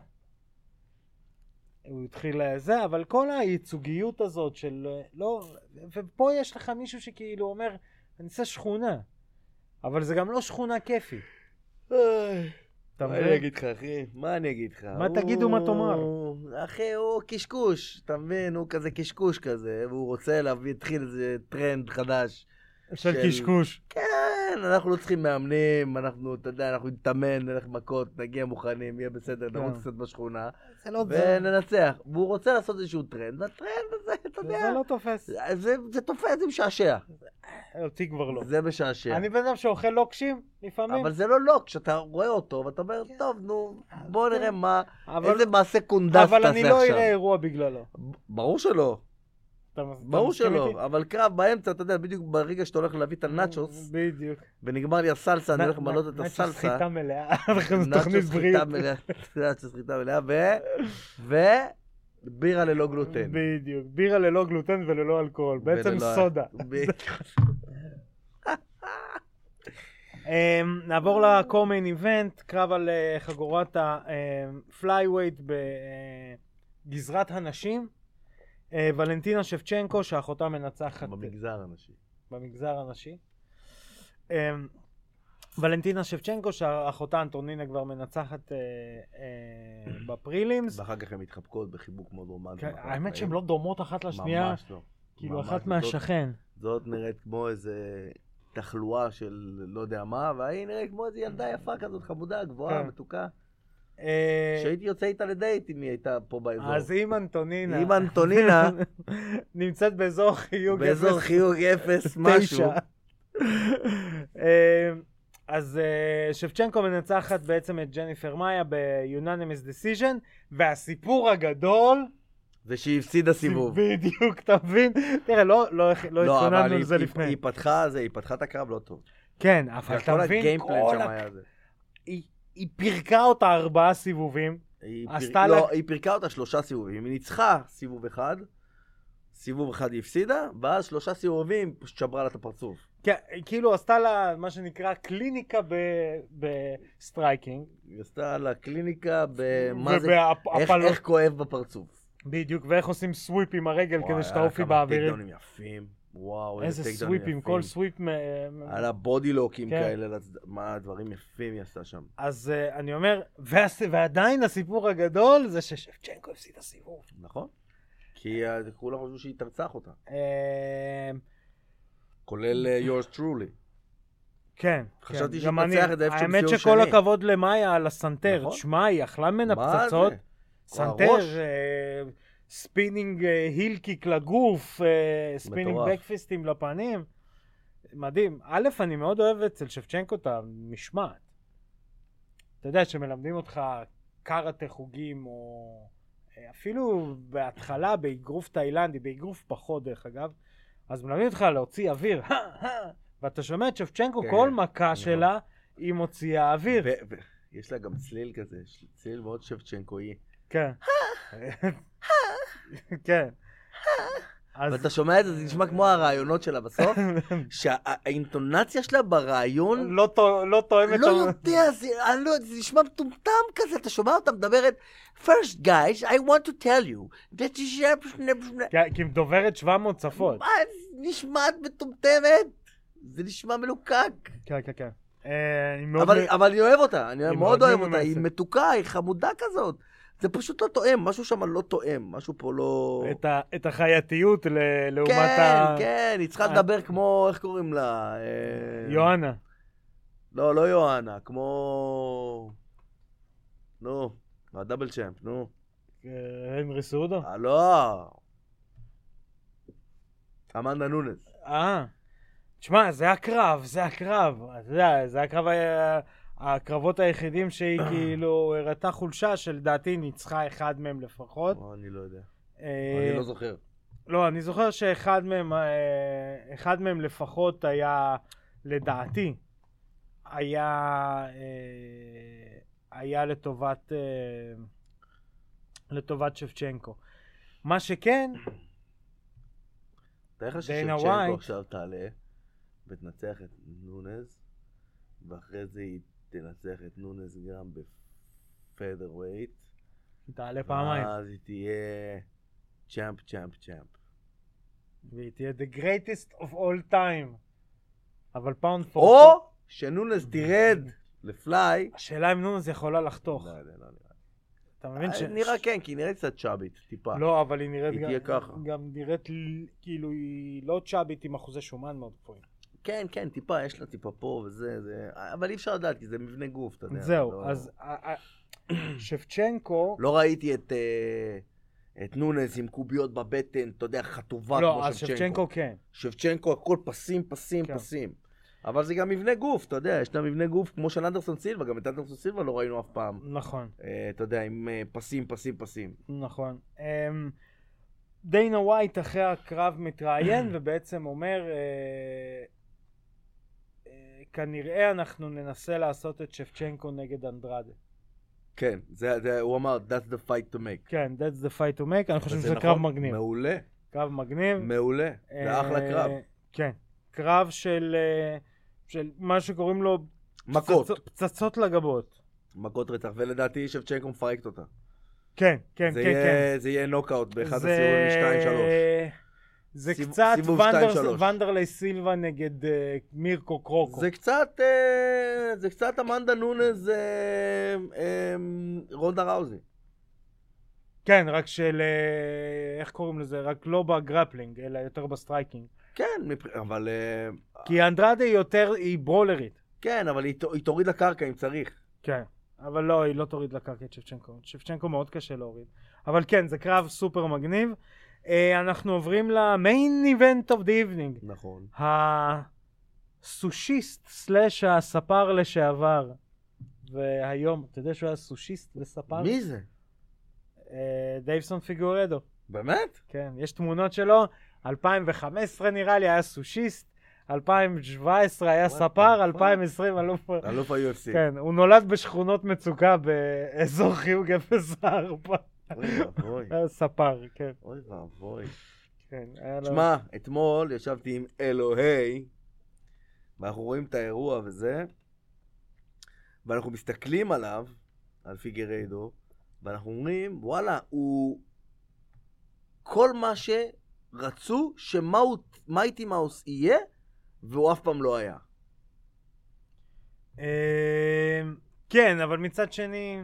הוא התחיל לזה, אבל כל הייצוגיות הזאת של... לא... ופה יש לך מישהו שכאילו אומר, אני עושה שכונה. אבל זה גם לא שכונה כיפי. אתה מה מבין? אני אגיד לך, אחי? מה אני אגיד לך? מה תגיד ומה תאמר? אחי, הוא קשקוש, אתה מבין? הוא כזה קשקוש כזה, והוא רוצה להביא, התחיל איזה טרנד חדש. של קשקוש. כן, אנחנו לא צריכים מאמנים, אנחנו, אתה יודע, אנחנו נתאמן, נלך מכות, נגיע מוכנים, יהיה בסדר, נרוץ קצת בשכונה, זה לא זה. וננצח. והוא רוצה לעשות איזשהו טרנד, והטרנד הזה, אתה יודע, זה לא תופס. זה- זה תופס, זה משעשע. אותי כבר לא. זה משעשע. אני בן אדם שאוכל לוקשים לפעמים. אבל זה לא לוק, כשאתה רואה אותו, ואתה אומר, טוב, נו, בוא נראה מה, אבל- איזה מעשה קונדס אבל תעשה אני לא עכשיו. אראה אירוע בגללו. ברור שלא, אתה- ברור אתה מסכים איתי? שלא, אבל קרב באמצע, אתה יודע, בדיוק ברגע שאתה הולך להביא את הנאצ'וס, בדיוק. ונגמר לי הסלסה, אני הולך למלות את נאצ'וס הסלסה. חיטה מלאה. אנחנו נאצ'וס תוכנית חיטה בריאות. מלאה, נאצ'וס חיטה מלאה, ו... ו... בירה ללא גלוטן. בדיוק. בירה ללא גלוטן וללא אלכוהול. בעצם וללא- סודה. ב- אמ, נעבור לקומיין איבנט, קרב על אה, חגורת הפלייווייט בגזרת הנשים. אה, ולנטינה שבצ'נקו, שאחותה מנצחת במגזר הנשי. במגזר הנשי. אמ, ולנטינה שבצ'נקו, שאחותה אנטונינה כבר מנצחת אה, אה, בפרילימס. ואחר כך הן מתחבקות בחיבוק מאוד רומנטי. כן, האמת שהן לא דומות אחת לשנייה, ממש לא. כאילו ממש אחת לא. מהשכן. זאת נראית כמו איזה תחלואה של לא יודע מה, והיא נראית כמו איזה ילדה יפה כזאת, חמודה, גבוהה, כן. מתוקה. אה, שהייתי יוצא איתה לדייט אם היא הייתה פה באזור. אז אם אנטונינה אם אנטונינה נמצאת באזור חיוג באזור אפס חיוג אפס משהו. תשע. אה, אז אה, שבצ'נקו מנצחת בעצם את ג'ניפר מאיה ב-Unanimous Decision, והסיפור הגדול זה שהיא הפסידה סיבוב. בדיוק, אתה מבין? תראה, לא לא לא לא, אבל התכוננו היא- לזה היא- לפני. היא פתחה זה, היא פתחה את הקרב לא טוב. כן, אבל אתה כל מבין? הגיימפלן כל שם ה- היה זה. היא- היא פירקה אותה ארבעה סיבובים. היא עשתה פיר- לה- לא, היא פירקה אותה שלושה סיבובים. היא ניצחה סיבוב אחד, סיבוב אחד היא הפסידה, ואז שלושה סיבובים פשוט שברה לה את הפרצוף. כן, היא כאילו עשתה לה מה שנקרא קליניקה ב- בסטרייקינג. היא עשתה לה קליניקה במה זה, איך- ובהפלות. איך כואב בפרצוף. בדיוק, ואיך עושים סוויפ עם הרגל וואי, כדי היה שתעופי כמה באוויר. טייקדאונים יפים. וואו, איזה טייקדאונים סוויפים, יפים. כל סוויפ... מ- על הבודילוקים כן. כאלה, לצד- מה, דברים יפים היא עשתה שם. אז uh, אני אומר, והס- ועדיין הסיפור הגדול זה ששבצ'נקו הפסיד הסיבוב. נכון? כי אה, כולם חושבו שהיא תרצח אותה. אה, כולל אה, yours truly. כן. חשבתי כן. גם שהתנצח אני- את זה איפשהו האמת בסיום שכל שני. הכבוד למאיה על הסנטר. נכון. תשמע, היא אכלה ממנה מה פצצות. זה? סנטר, הראש. אה, ספינינג אה, היל קיק לגוף, אה, ספינינג מטורף. בקפיסטים לפנים. מדהים. א', אני מאוד אוהב אצל שבצ'נקו את המשמעת. אתה יודע שמלמדים אותך קראטה חוגים, או אה, אפילו בהתחלה באגרוף תאילנדי, באגרוף פחות דרך אגב, אז מלמדים אותך להוציא אוויר. ואתה שומע את שבצ'נקו, כן, כל מכה נכון. שלה היא מוציאה אוויר. ו- ו- יש לה גם צליל כזה, יש צליל מאוד שבצ'נקואי. כן. כן. אז ואתה שומע את זה, זה נשמע כמו הרעיונות שלה בסוף, שהאינטונציה שלה ברעיון, לא תו- לא תואמת... לא יודע, זה אני לא- זה נשמע מטומטם כזה, אתה שומע אותה מדברת, first guys, I want to tell you, that is... כן, כי היא מדוברת שבע מאות שפות. מה, נשמעת מטומטמת? זה נשמע מלוקק. כן, כן, כן. אה, היא מאוד אבל מ- אבל אני אוהב אותה, אני היא מאוד מאוד אוהב אותה, היא ממסת. מתוקה, היא חמודה כזאת. זה פשוט לא תואם, משהו שם לא תואם, משהו פה לא... את ה- את החייתיות ל- לעומת כן, ה... כן, היא צריכה ה- לדבר כמו, איך קוראים לה? אה, יואנה. לא, לא יואנה, כמו... נו, הדאבל צ'אמפ, נו. אה, הנרי סודו? אה, לא. אמנדה נונס. אה. תשמע, זה הקרב, זה הקרב. אתה יודע, זה הקרב, ה- הקרבות היחידים שהיא כאילו הראתה חולשה, שלדעתי ניצחה אחד מהם לפחות. או, אני לא יודע. אה, אני לא זוכר. לא, אני זוכר שאחד מהם, אה, אחד מהם לפחות היה, לדעתי, היה, אה, היה לטובת, אה, לטובת שבצ'נקו. מה שכן, תאר לך דיינה ששבצ'נקו ווייט. עכשיו תעלה ותנצח את נונז, ואחרי זה היא תנצח את נונז גם בפדר ווייט. היא תעלה פעמיים, אז היא תהיה צ'אמפ, צ'אמפ, צ'אמפ. והיא תהיה the greatest of all time. אבל פאונד פור... או שנונז תרד לפליי. השאלה אם נונז יכולה לחתוך. לא יודע, לא נראה. אתה מבין ש... נראה כן, כי היא נראית קצת צ'אבית, טיפה. לא, אבל היא נראית היא גם... תהיה ככה. גם נראית לי- כאילו היא לא צ'אבית עם אחוזי שומן מאוד גבוהים. כן, כן, טיפה, יש לה טיפה פה וזה, זה... אבל אי אפשר לדעת, כי זה מבנה גוף, אתה יודע. זהו, לא... אז ה- ה- שבצ'נקו... לא ראיתי את, אה, את נונז עם קוביות בבטן, אתה יודע, חטובה כמו לא, אז שבצ'נקו. שבצ'נקו כן. שבצ'נקו הכל פסים, פסים, כן. פסים. אבל זה גם מבנה גוף, אתה יודע, יש לה מבנה גוף כמו של אנדרסון סילבה, גם את אנדרסון סילבה לא ראינו אף פעם. נכון, אה, אתה יודע, עם אה, פסים, פסים, פסים. נכון. אמ, דיינה ווייט אחרי הקרב מתראיין ובעצם אומר, אה, אה, כנראה אנחנו ננסה לעשות את שבצ'נקו נגד אנדרדה. כן, זה, זה, הוא אמר, that's the fight to make. כן, that's the fight to make, אני חושב וזה שזה נכון, קרב מגניב. מעולה, קרב מגניב. מעולה, זה אחלה אה, קרב. כן, קרב של, אה, של מה שקוראים לו מכות, פצצות- פצצות לגבות. מכות רצח, ולדעתי שבצ'נקו מפרקת אותה. כן, כן, זה כן, יהיה, כן. זה יהיה נוקאוט באחד זה- הסיבובים שתיים שלוש. זה סיב- קצת סיבוב ונדר- שתיים שלוש. ונדרלי סילבה נגד אה, מירקו קרוקו. זה קצת, אה, זה קצת אמנדה נונז, אה, אה, רונדה ראוזי. כן, רק של, אה, איך קוראים לזה? רק לא בגרפלינג, אלא יותר בסטרייקינג. כן, מבח- אבל, אה, כי אנדרדה היא יותר, היא ברולרית. כן, אבל היא, ת- היא תוריד לקרקע אם צריך. כן, אבל לא, היא לא תוריד לקרקע את שבצ'נקו. שבצ'נקו מאוד קשה להוריד. אבל כן, זה קרב סופר מגניב. אה, אנחנו עוברים למיין איבנט אוף די איבנינג. נכון. הסושיסט סלש הספר לשעבר. והיום, אתה יודע שהוא היה סושיסט וספר? מי זה? אה, דייבסון פיגורדו. באמת? כן, יש תמונות שלו. אלפיים וחמש עשרה נראה לי היה סושיסט. אלפיים שבע עשרה היה What ספר. the fuck? אלפיים עשרים אלוף... אלוף ה-יו אף סי. כן, הוא נולד בשכונות מצוקה באזור חיוג אפס ארבע. אוי ואבוי. היה ספר, כן. אוי ואבוי. כן, היה לו... שמע, אתמול ישבתי עם אלוהי, ואנחנו רואים את האירוע וזה, ואנחנו מסתכלים עליו, על פיגריידו, ואנחנו אומרים, וואלה, הוא... כל מה שרצו שמייטי מאוס יהיה, והוא אף פעם לא היה. אה, כן, אבל מצד שני...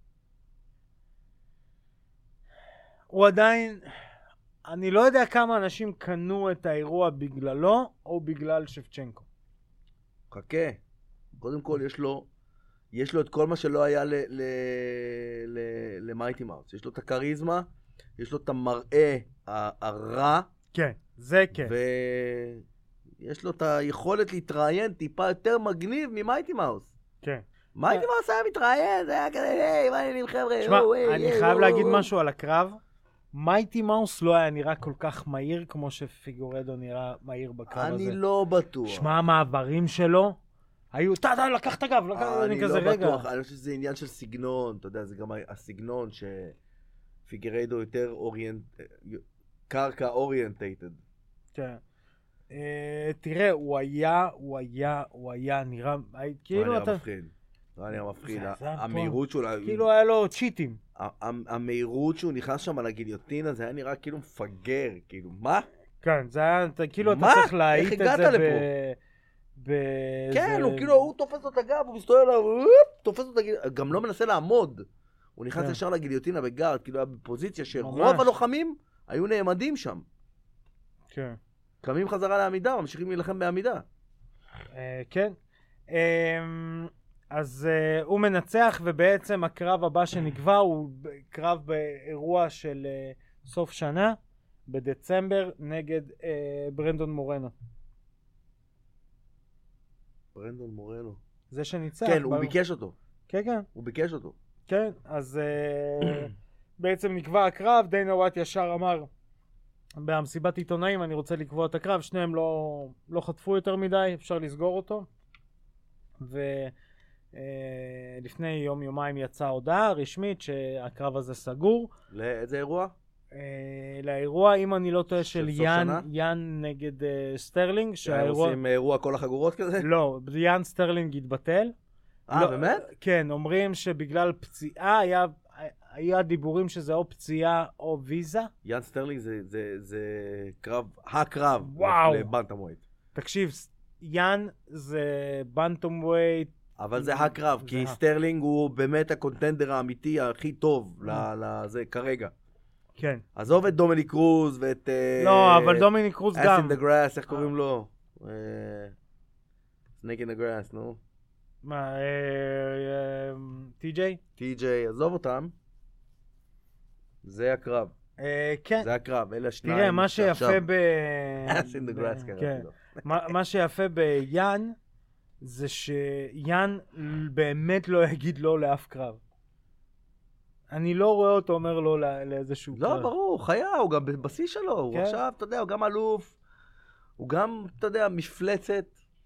הוא עדיין... אני לא יודע כמה אנשים קנו את האירוע בגללו, או בגלל שבצ'נקו. חכה. קודם כל, יש לו, יש לו את כל מה שלא היה למייטי מאוס. יש לו את הכריזמה, יש לו את המראה הרע. כן, זה כן. ויש לו את היכולת להתראיין טיפה יותר מגניב ממייטי מאוס. כן. מייטי מאוס היה מתראיין, זה היה כזה, היי, מה העניינים חבר'ה? תשמע, אני חייב להגיד משהו על הקרב. מייטי מאוס לא היה נראה כל כך מהיר כמו שפיגורדו נראה מהיר בקרב הזה. אני לא בטוח. שמע, המעברים שלו היו, אתה, אתה, לקח את הגב, לקח, אני כזה רגע. אני לא בטוח, אני חושב שזה עניין של סגנון, אתה יודע, זה גם הסגנון שפיגורדו יותר אוריינט, קרקע אוריינטייטד. כן. תראה, הוא היה, הוא היה, הוא היה נראה, כאילו אתה... נראה מפחיד. נראה מפחיד. המהירות שלו... כאילו היה לו צ'יטים. המהירות שהוא נכנס שם על הגיליוטינה, זה היה נראה כאילו מפגר, כאילו, מה? כן, זה היה, כאילו אתה צריך להעיט את זה ב... כן, הוא כאילו, הוא תופס לו את הגב, הוא מסתובב עליו, תופס לו את הגיליוטינה, גם לא מנסה לעמוד. הוא נכנס ישר לגיליוטינה בגארד, כאילו היה בפוזיציה שרוב הלוחמים היו נעמדים שם. כן. קמים חזרה לעמידה, ממשיכים להילחם בעמידה. כן. אז הוא מנצח, ובעצם הקרב הבא שנקבע הוא קרב באירוע של סוף שנה, בדצמבר, נגד ברנדון מורנו. ברנדון מורנו. זה שניצח. כן, הוא ביקש אותו. כן, כן. הוא ביקש אותו. כן, אז בעצם נקבע הקרב, דיינה ווייט ישר אמר, במסיבת עיתונאים אני רוצה לקבוע את הקרב, שניהם לא, לא חטפו יותר מדי, אפשר לסגור אותו. ולפני יום יומיים יצאה הודעה רשמית שהקרב הזה סגור. לאיזה אירוע? לאירוע, אם אני לא טועה, של יאן, יאן נגד סטרלינג. שהאירוע... עושים אירוע כל החגורות כזה? לא, יאן סטרלינג התבטל. אה, לא, באמת? כן, אומרים שבגלל פציעה היה... היה דיבורים שזה או פציעה או ויזה. יאן סטרלינג זה, זה, זה קרב, הקרב לבנטמווייט. תקשיב, יאן זה בנטמווייט. אבל זה הקרב, כי סטרלינג הוא באמת הקונטנדר האמיתי הכי טוב לזה כרגע. כן. עזוב את דומיניק קרוז ואת... לא, אבל דומיניק קרוז גם. אס אין דה גראס, איך קוראים לו? סנייק אין דה גראס, נו. מה, טי-ג'יי? טי-ג'יי, עזוב אותם. זה הקרב. כן. זה הקרב, אלה השניים. תראה, מה שיפה ב... אס אין דה גראס קראתי לו. מה שיפה ביאן, זה שיאן באמת לא יגיד לא לאף קרב. אני לא רואה אותו אומר לא לאיזשהו קרב. לא, ברור, הוא חיה, הוא גם בבסיס שלו. הוא עכשיו, אתה יודע, הוא גם אלוף. הוא גם, אתה יודע, מפלצת.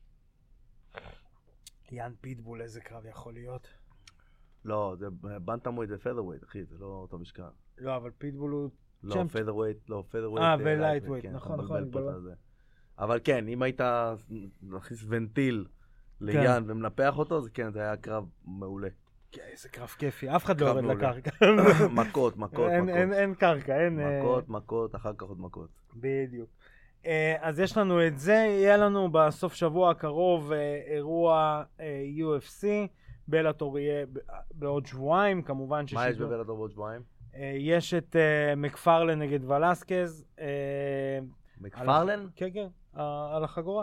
יאן פיטבול, איזה קרב יכול להיות? לא, זה בנטמווייט ופדרווייט, אחי, זה לא אותו משקל. לא, אבל פיטבול הוא... לא, פדרווייט, לא, פדרווייט. אה, ולייטווייט, נכון, נכון. אבל כן, אם היית נכניס ונטיל ליאן ומנפח אותו, אז כן, זה היה קרב מעולה. כן, איזה קרב כיפי, אף אחד לא יורד לקרקע. מכות, מכות, מכות. אין קרקע, אין... מכות, מכות, אחר כך עוד מכות. בדיוק. אז יש לנו את זה, יהיה לנו בסוף שבוע הקרוב אירוע יו אף סי, בלאטור יהיה בעוד שבועיים, כמובן ששידור... מה יש בבלאטור בעוד שבועיים? יש את מקפרלן נגד ולסקז. מקפרלן? כן, כן, על החגורה.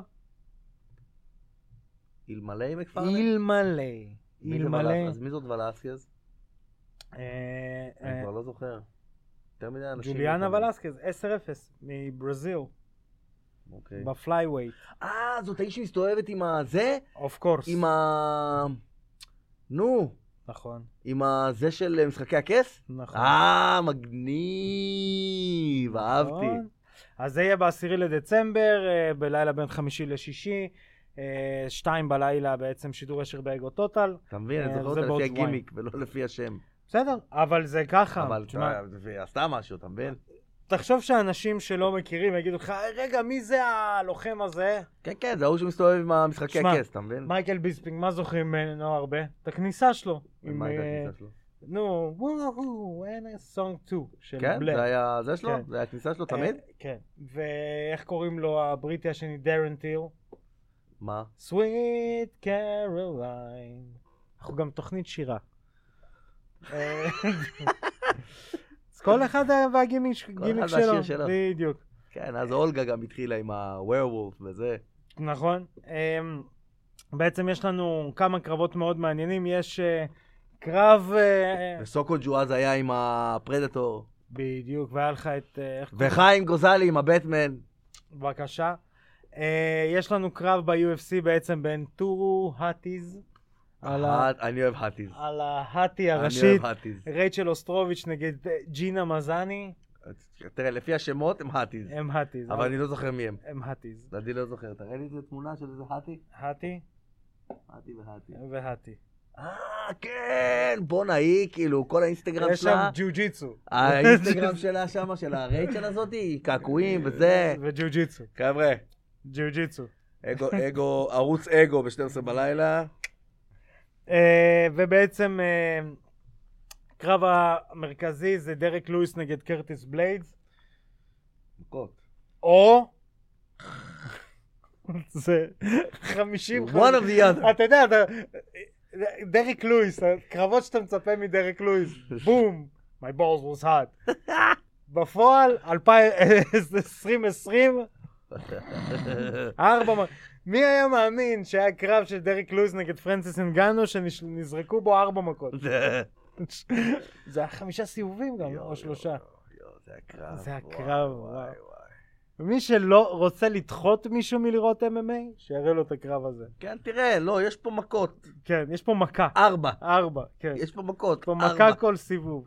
אלמלא מקפרלן? אלמלא. אלמלא. אז מי זאת ולסקז? אני כבר לא זוכר. יותר מדי אנשים... ג'וליאנה ולסקז, עשר אפס, מברזיל. אוקיי. בפלייווייט. אה, זאת האיש שמסתובבת עם הזה? אוף קורס. עם ה... נו. נכון. עם הזה של משחקי הכס? נכון. אה, מגניב, אהבתי. אז זה יהיה בעשירי לדצמבר, בלילה בין חמישי לשישי, שתיים בלילה בעצם שידור ישיר באגו טוטל. אתה מבין, אני זוכר אותה לפי הגימיק ולא לפי השם. בסדר, אבל זה ככה. אבל זה עשתה משהו, אתה מבין? תחשוב שאנשים שלא מכירים יגידו לך, רגע, מי זה הלוחם הזה? כן, כן, זה הוא שמסתובב עם המשחקי הכס, אתה מבין? מייקל ביספינג, מה זוכרים ממנו הרבה? את הכניסה שלו. מה הייתה הכניסה שלו? נו, וואו, אין סונג טו של כן, בלר. זה היה זה שלו? זה היה הכניסה שלו תמיד? כן, ואיך קוראים לו הבריטי השני, דרן טיל? מה? Sweet Caroline. אנחנו גם תוכנית שירה. אז כל אחד והגימיק שלו. בדיוק. כן, אז אולגה גם התחילה עם הווירווולף וזה. נכון. בעצם יש לנו כמה קרבות מאוד מעניינים, יש uh, קרב... Uh, וסוקוג'ו אז היה עם הפרדטור. בדיוק, והיה לך את... Uh, וחיים גוזלי עם הבטמן. בבקשה. Uh, יש לנו קרב ב-יו אף סי בעצם בין טורו האטיז. אני אוהב האטיז. על ההאטי הראשית. אני אוהב האטיז. רייצ'ל אוסטרוביץ' נגד ג'ינה מזני. תראה, לפי השמות הם האטיז. הם האטיז. אבל אני לא זוכר מי הם. הם האטיז. אני לא זוכר. תראה לי איזה תמונה של איזה האטי. האטי? האטי והאטי. והאטי. אה, כן! בוא נהי, כאילו, כל האינסטגרם שלה. יש שם ג'יו-ג'יצו. האינסטגרם שלה שמה, של הרייצ'ל הזאת, קעקועים וזה. וג'יו-ג'יצו. חבר'ה. ג'יו-ג'יצו. אגו, אגו, ערוץ אגו ב-שתים עשרה בלילה. ובעצם קרב המרכזי זה דרק לואיס נגד קרטיס בליידס. מכות. או זה חמישים... one of the other. אתה יודע, דרק לואיס, קרבות שאתה מצפה מדרק לואיס, בום, my balls was hot. בפועל, עשרים עשרים, ארבע... מי היה מאמין שהיה קרב של דרק לואיס נגד פרנסיס אנגאנו שנזרקו בו ארבע מכות? זה היה חמישה סיבובים גם, או שלושה. זה הקרב. זה הקרב, וואי. ומי שלא רוצה לדחות מישהו מלראות אם אם איי, שיראה לו את הקרב הזה. כן, תראה, לא, יש פה מכות. כן, יש פה מכה. ארבע. ארבע, כן. יש פה מכות. פה מכה כל סיבוב.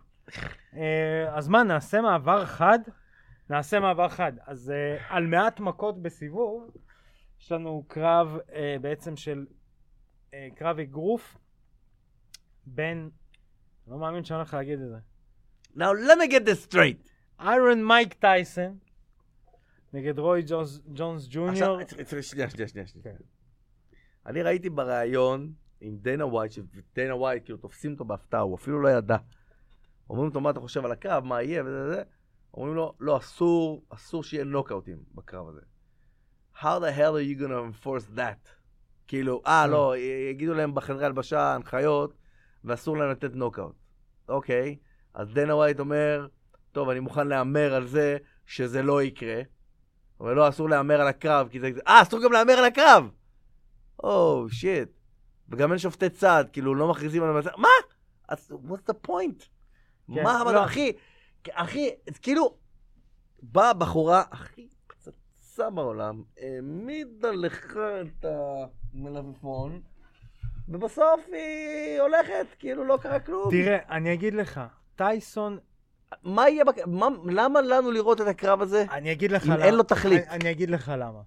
אז מה, נעשה מעבר חד? נעשה מעבר חד. אז על מעט מכות בסיבוב, יש לנו קרב בעצם של קרב אגרוף בין, אני לא מאמין שאני הולך להגיד את זה. Now let me get this straight. איירון מייק טייסון נגד רוי ג'ונס ג'וניור. שנייה, שנייה, שנייה. אני ראיתי בריאיון עם דיינה ווייט, שדיינה ווייט כאילו תופסים אותו בהפתעה, הוא אפילו לא ידע. אומרים לו מה אתה חושב על הקרב, מה יהיה וזה זה. אומרים לו, לא, אסור, אסור שיהיה נוקאוטים בקרב הזה. How the hell are you gonna enforce that? כאילו, אה, לא, יגידו להם בחדרי הלבשה הנחיות, ואסור להם לתת נוקאוט. אוקיי, אז דיינה ווייט אומר, טוב, אני מוכן להאמר על זה שזה לא יקרה. אבל לא, אסור להאמר על הקרב, כי זה... אה, אסור גם להאמר על הקרב! או, שיט. וגם אין שופטי צד, כאילו, לא מכריזים על המצב. מה? אז, what's the point? מה, אבל, אחי, אחי, כאילו, באה בחורה, הכי פצצה בעולם, העמידה לך את המלפפון, ובסוף היא הולכת, כאילו, לא קרה כלום. תראה, אני אגיד לך, טייסון... מה יהיה, בק... מה... למה לנו לראות את הקרב הזה? אני אגיד לך אם למה. אין לו תכלית. אני, אני אגיד לך למה.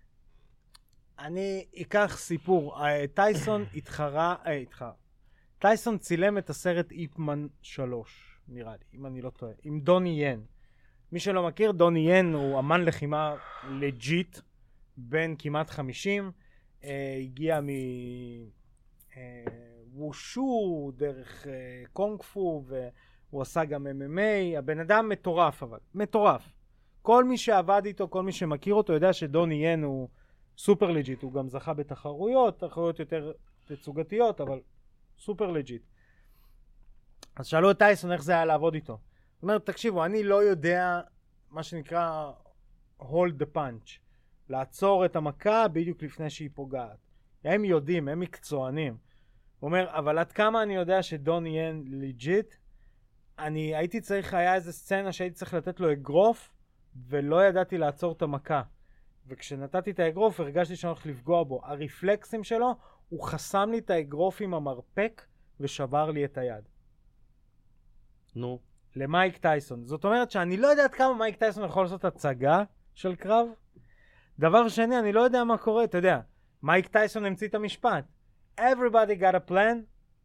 אני אקח סיפור. טייסון התחרה, אה, התחרה. טייסון צילם את הסרט איפמן שלוש, נראה לי, אם אני לא טועה, עם דוני ין. מי שלא מכיר, דוני ין הוא אמן לחימה לג'יט, בן כמעט חמישים, אה, הגיע מ... אה, וושו, דרך אה, קונג פו, ו... הוא עשה גם אם אם איי, הבן אדם מטורף אבל, מטורף. כל מי שעבד איתו, כל מי שמכיר אותו, יודע שדוני ין הוא סופר לג'יט, הוא גם זכה בתחרויות, תחרויות יותר תצוגתיות, אבל סופר לג'יט. אז שאלו את טייסון איך זה היה לעבוד איתו. הוא אומר, תקשיבו, אני לא יודע מה שנקרא hold the punch, לעצור את המכה בדיוק לפני שהיא פוגעת. הם יודעים, הם מקצוענים. הוא אומר, אבל עד כמה אני יודע שדוני ין לג'יט, אני הייתי צריך, היה איזה סצנה שהייתי צריך לתת לו אגרוף, ולא ידעתי לעצור את המכה. וכשנתתי את האגרוף, הרגשתי שאני הולך לפגוע בו. הרפלקסים שלו, הוא חסם לי את האגרוף עם המרפק, ושבר לי את היד. נו. למייק טייסון. זאת אומרת שאני לא יודע עד כמה מייק טייסון יכול לעשות הצגה של קרב. דבר שני, אני לא יודע מה קורה, אתה יודע. מייק טייסון המציא את המשפט. Everybody got a plan.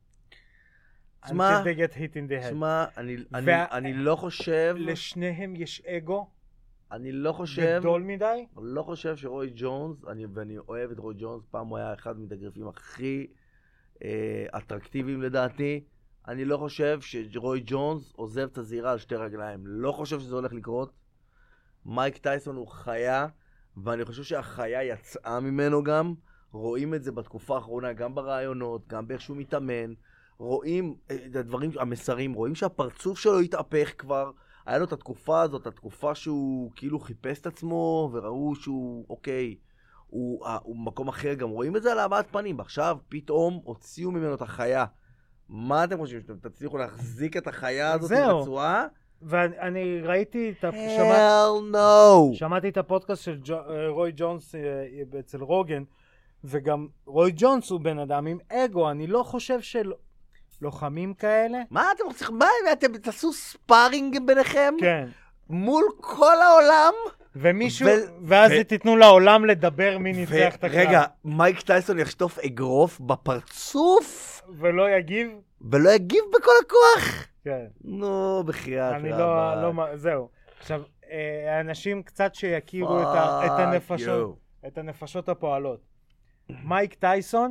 שמה, שמה, אני, אני, אני לא חושב... לשניהם יש אגו. אני לא חושב... גדול מדי. אני לא חושב שרוי ג'ונס, אני, ואני אוהב את רוי ג'ונס, פעם הוא היה אחד מהדגרפים הכי אה, אטרקטיביים לדעתי. אני לא חושב שרוי ג'ונס עוזב את הזירה על שתי רגליים. לא חושב שזה הולך לקרות. מייק טייסון הוא חיה, ואני חושב שהחיה יצאה ממנו גם. רואים את זה בתקופה האחרונה, גם ברעיונות, גם באיך שהוא מתאמן. רואים את הדברים, המסרים, רואים שהפרצוף שלו התהפך כבר. היה לו את התקופה הזאת, התקופה שהוא כאילו חיפש את עצמו, וראו שהוא, אוקיי, הוא, הוא מקום אחר, גם רואים את זה על הבעת פנים. עכשיו פתאום הוציאו ממנו את החיה. מה אתם חושבים? שאתם תצליחו להחזיק את החיה הזאת בצורה? ואני ראיתי את... Hell no! שמעתי את הפודקאסט של רוי ג'ונס אצל רוגן, וגם רוי ג'ונס הוא בן אדם עם אגו. אני לא חושב של לוחמים כאלה. מה אתם רוצים? מה אתם תעשו ספארינג ביניכם? כן. מול כל העולם? ומישהו, ואז תיתנו לעולם לדבר מי ניצח את הקרב. רגע, מייק טייסון יחטוף אגרוף בפרצוף? ולא יגיב? ולא יגיב בכל הכוח? כן. נו, בחייאת אני לא, לא, זהו. עכשיו, האנשים קצת שיכירו את הנפשות, את הנפשות הפועלות. מייק טייסון,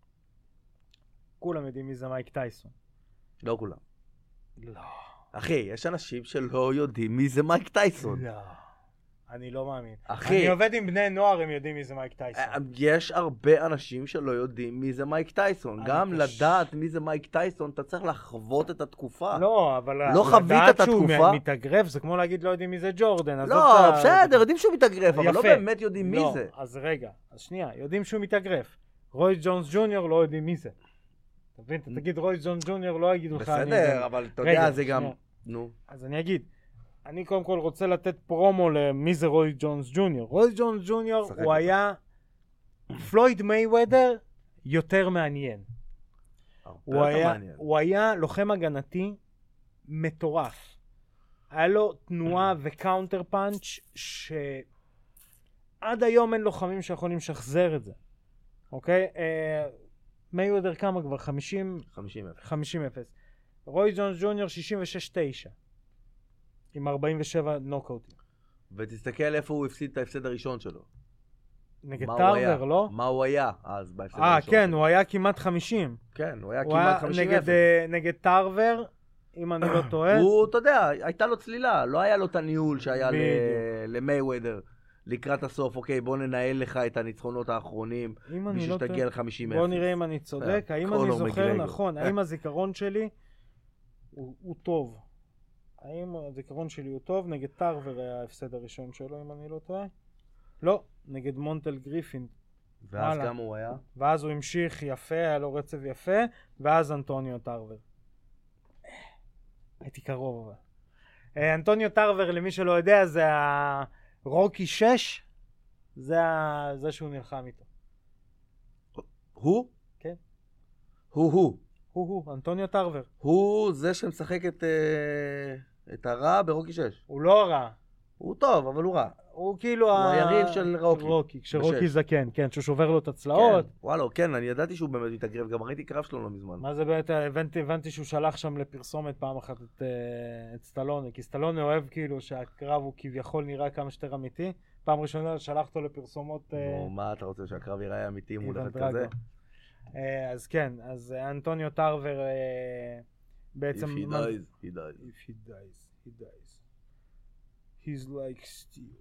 כולם יודעים מי זה מייק טייסון. לא כולם. לא. אחי, יש אנשים שלא יודעים מי זה מייק טייסון. לא. אני לא מאמין. אחי. אני עובד עם בני נוער, הם יודעים מי זה מייק טייסון. יש הרבה אנשים שלא יודעים מי זה מייק טייסון. גם לדעת מי זה מייק טייסון, אתה צריך לחוות את התקופה. לא, אבל... לא חווית את התקופה. לדעת שהוא מתאגרף, זה כמו להגיד לא יודעים מי זה ג'ורדן. לא, בסדר, יודעים שהוא מתאגרף, אבל לא באמת יודעים מי זה. לא, אז רגע, אז שנייה, יודעים שהוא מתאגרף. רוי ג'ונס ג'וניור לא יודעים מי זה. אתה מבין? אתה תגיד רוי ג'ונס ג'וניור, לא יגידו לך... בסדר, אבל אתה יודע, זה גם... נו. אז אני אגיד, אני קודם כל רוצה לתת פרומו למי זה רוי ג'ונס ג'וניור. רוי ג'ונס ג'וניור הוא היה פלויד מייוודר יותר מעניין. הוא היה, הוא היה לוחם הגנתי מטורף. היה לו תנועה וקאונטר פאנץ' שעד היום אין לוחמים שיכולים לשחזר את זה. אוקיי? מייוודר כמה כבר? חמישים? חמישים אפס. רוי ג'ונס ג'וניור שישים ושש תשע. עם ארבעים ושבע נוקאוטים. ותסתכל איפה הוא הפסיד את ההפסד הראשון שלו. נגד טארבר, לא? מה הוא היה אז בהפסד הראשון? אה, כן, הוא היה כמעט חמישים. כן, הוא היה כמעט חמישים אפס. נגד טארבר, אם אני לא טועה. הוא, אתה יודע, הייתה לו צלילה, לא היה לו את הניהול שהיה למייוודר. לקראת הסוף, אוקיי, בוא ננהל לך את הניצחונות האחרונים, בשביל שתגיע ל-חמישים אפס. בוא נראה אם אני צודק, האם אני זוכר נכון, האם הזיכרון שלי הוא טוב. האם הזיכרון שלי הוא טוב? נגד טארבר היה ההפסד הראשון שלו, אם אני לא טועה. לא, נגד מונטל גריפין. ואז כמה הוא היה? ואז הוא המשיך יפה, היה לו רצף יפה, ואז אנטוניו טארבר. הייתי קרוב אבל. אנטוניו טארבר, למי שלא יודע, זה הרוקי שש, זה, ה... זה שהוא נלחם איתו. הוא? כן. הוא הוא. הוא הוא, אנטוניו טארבר. הוא זה שמשחק את, את הרע ברוקי שש. הוא לא רע. הוא טוב, אבל הוא רע. הוא כאילו הוא ה... היריב של רוקי. רוקי, כשרוקי זקן, כן, שהוא שובר לו את הצלעות. כן, וואלה, כן, אני ידעתי שהוא באמת מתאגרף, גם ראיתי קרב שלו לא מזמן. מה זה באמת, הבנתי, הבנתי שהוא שלח שם לפרסומת פעם אחת את, את סטלונה, כי סטלונה אוהב כאילו שהקרב הוא כביכול נראה כמה שיותר אמיתי. פעם ראשונה שלח אותו לפרסומות... נו, מה אתה רוצה, שהקרב יראה אמיתי מול אחד כזה? אז כן, אז אנטוניו טארבר בעצם... If he dies, he dies. If he dies, he dies. He's like steel.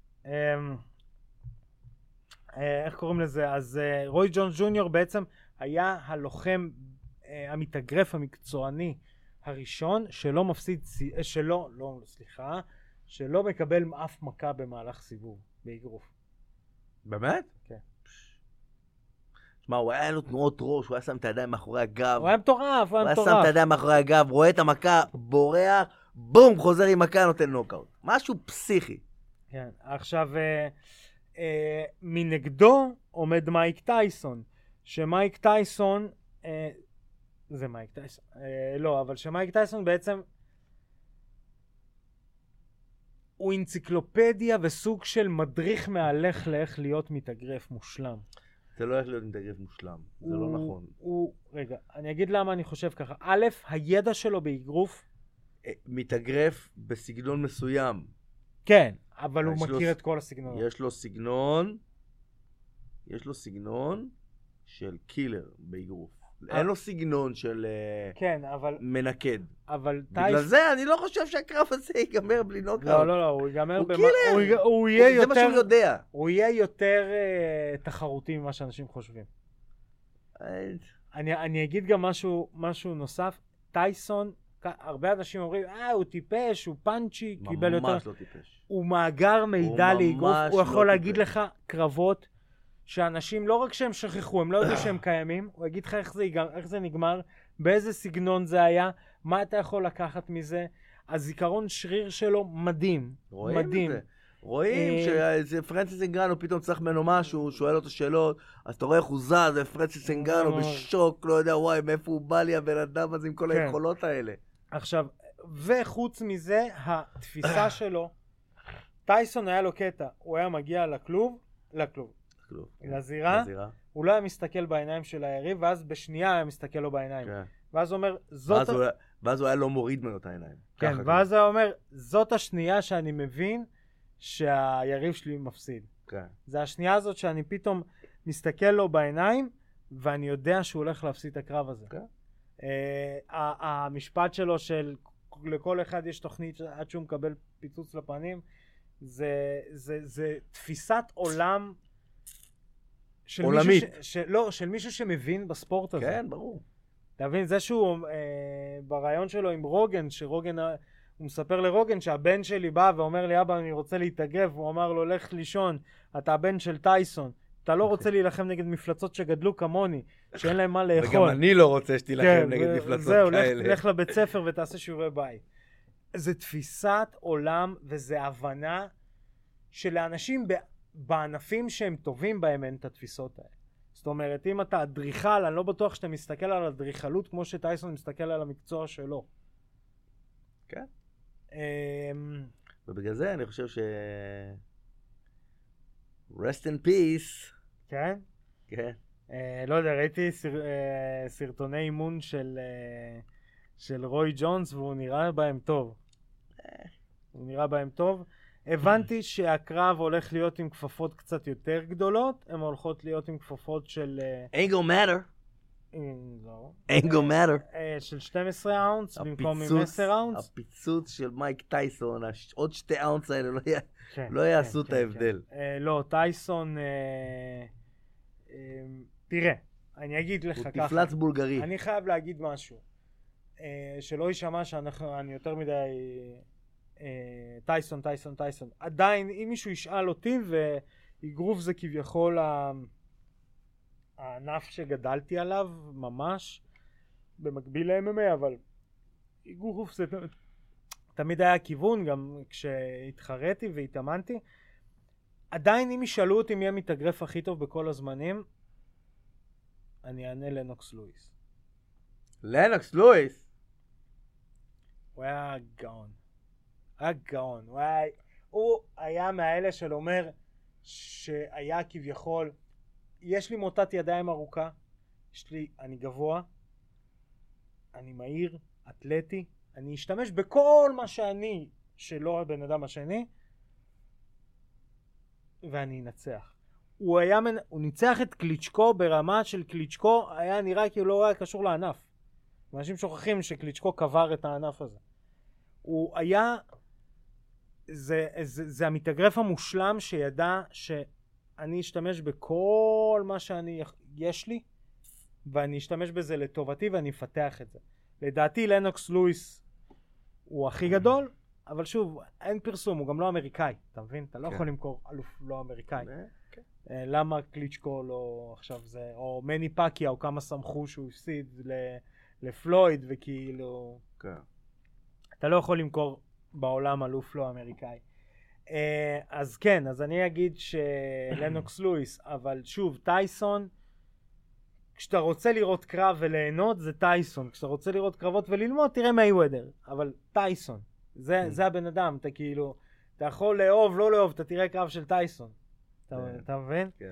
איך קוראים לזה? אז רוי ג'ונס ג'וניור בעצם היה הלוחם המתאגרף המקצועני הראשון שלא מפסיד, שלא, לא, סליחה, שלא מקבל אף מכה במהלך סיבוב באגרוף. באמת? כן. מה, הוא היה לו תנועות ראש, הוא היה שם את הידיים מאחורי הגב. הוא היה מטורף, הוא היה מטורף. הוא היה שם את הידיים מאחורי הגב, רואה את המכה, בורח, בום, חוזר עם מכה, נותן נוקאוט. משהו פסיכי. כן, עכשיו, אה, אה, מנגדו עומד מייק טייסון, שמייק טייסון, אה, זה מייק טייסון, אה, לא, אבל שמייק טייסון בעצם, הוא אנציקלופדיה וסוג של מדריך מהלך לאיך להיות מתאגרף מושלם. זה לא איך להיות מתאגרף מושלם, זה לא נכון. הוא, רגע, אני אגיד למה אני חושב ככה. א', הידע שלו באגרוף... מתאגרף בסגנון מסוים. כן, אבל הוא מכיר את כל הסגנון. יש לו סגנון, יש לו סגנון של קילר באגרוף. אין לו סגנון של מנקד. אבל בגלל זה אני לא חושב שהקרב הזה ייגמר בלי נוקאוט. לא, לא, לא, הוא ייגמר... הוא קילר! זה מה שהוא יודע. הוא יהיה יותר תחרותי ממה שאנשים חושבים. אני אגיד גם משהו נוסף. טייסון, הרבה אנשים אומרים, אה, הוא טיפש, הוא פאנצ'י, קיבל יותר... ממש לא טיפש. הוא מאגר מידע לאגרוף, הוא יכול להגיד לך קרבות שאנשים לא רק שהם שכחו, הם לא יודעים שהם קיימים, הוא יגיד לך איך זה, איך זה נגמר, באיזה סגנון זה היה, מה אתה יכול לקחת מזה, הזיכרון שריר שלו מדהים, רואים מדהים. את זה. רואים שזה פרנסיס אנגנו פתאום צריך ממנו משהו, הוא שואל אותו שאלות, אז אתה רואה איך הוא זז, ופרנסיס אנגנו בשוק, לא יודע, וואי, מאיפה הוא בא לי הבן אדם הזה עם כל היכולות האלה. עכשיו, וחוץ מזה, התפיסה שלו, טייסון היה לו קטע, הוא היה מגיע לכלוב, לכלוב, לזירה, הוא לא היה מסתכל בעיניים של היריב, ואז בשנייה היה מסתכל לו בעיניים. ואז הוא אומר, זאת... ואז הוא היה לא מוריד ממנו את העיניים. כן, ואז הוא אומר, זאת השנייה שאני מבין שהיריב שלי מפסיד. זה השנייה הזאת שאני פתאום מסתכל לו בעיניים, ואני יודע שהוא הולך להפסיד את הקרב הזה. המשפט שלו של לכל אחד יש תוכנית עד שהוא מקבל פיצוץ לפנים, זה, זה, זה תפיסת עולם של עולמית. מישהו ש, ש, לא, של מישהו שמבין בספורט הזה. כן, ברור. אתה מבין, זה שהוא אה, ברעיון שלו עם רוגן, שרוגן, הוא מספר לרוגן שהבן שלי בא ואומר לי, אבא, אני רוצה להתאגב, הוא אמר לו, לך לישון, אתה הבן של טייסון, אתה לא רוצה להילחם נגד מפלצות שגדלו כמוני, שאין להם מה לאכול. וגם אני לא רוצה שתילחם כן, נגד מפלצות זהו, כאלה. לך, לך לבית ספר ותעשה שיעורי בית. זה תפיסת עולם וזה הבנה שלאנשים בענפים שהם טובים בהם אין את התפיסות האלה. זאת אומרת, אם אתה אדריכל, אני לא בטוח שאתה מסתכל על אדריכלות כמו שטייסון מסתכל על המקצוע שלו. כן. ובגלל זה אני חושב ש... rest in peace. כן? כן. לא יודע, ראיתי סרטוני אימון של... של רוי ג'ונס, והוא נראה בהם טוב. הוא נראה בהם טוב. הבנתי שהקרב הולך להיות עם כפפות קצת יותר גדולות, הן הולכות להיות עם כפפות של... ain't gonna matter. לא. ain't gonna matter. של שתים עשרה אונס, במקום עם עשרה אונס. הפיצוץ של מייק טייסון, עוד שתי אונס האלה לא יעשו את ההבדל. לא, טייסון... תראה, אני אגיד לך ככה. הוא תפלץ בולגרי. אני חייב להגיד משהו. שלא יישמע שאני יותר מדי טייסון, טייסון, טייסון. עדיין, אם מישהו ישאל אותי, ואיגרוף זה כביכול הענף שגדלתי עליו, ממש, במקביל ל-אם אם איי, אבל איגרוף זה תמיד היה כיוון, גם כשהתחרתי והתאמנתי. עדיין, אם ישאלו אותי מי המתאגרף הכי טוב בכל הזמנים, אני אענה לנוקס לואיס. לנוקס לואיס? הוא היה גאון. היה גאון. הוא היה, הוא היה מהאלה של אומר שהיה כביכול, יש לי מוטת ידיים ארוכה, יש לי, אני גבוה, אני מהיר, אתלטי, אני אשתמש בכל מה שאני, שלא הבן אדם השני, ואני אנצח. הוא היה, הוא ניצח את קליצ'קו ברמה של קליצ'קו, היה נראה כאילו לא היה קשור לענף. אנשים שוכחים שקליצ'קו קבר את הענף הזה. הוא היה, זה, זה, זה המתאגרף המושלם שידע שאני אשתמש בכל מה שאני, יש לי, ואני אשתמש בזה לטובתי ואני אפתח את זה. לדעתי לנוקס לואיס הוא הכי גדול, אבל שוב, אין פרסום, הוא גם לא אמריקאי, אתה מבין? אתה לא יכול למכור אלוף לא אמריקאי. למה קליצ'קו לא עכשיו זה, או מני פאקיה, או כמה סמכו שהוא הפסיד לפלויד, וכאילו... אתה לא יכול למכור בעולם אלוף לא אמריקאי. אז כן, אז אני אגיד שלנוקס לואיס, אבל שוב, טייסון, כשאתה רוצה לראות קרב וליהנות, זה טייסון. כשאתה רוצה לראות קרבות וללמוד, תראה מייוודר. אבל טייסון, זה, זה הבן אדם, אתה כאילו, אתה יכול לאהוב, לא לאהוב, אתה תראה קרב של טייסון. אתה מבין? כן.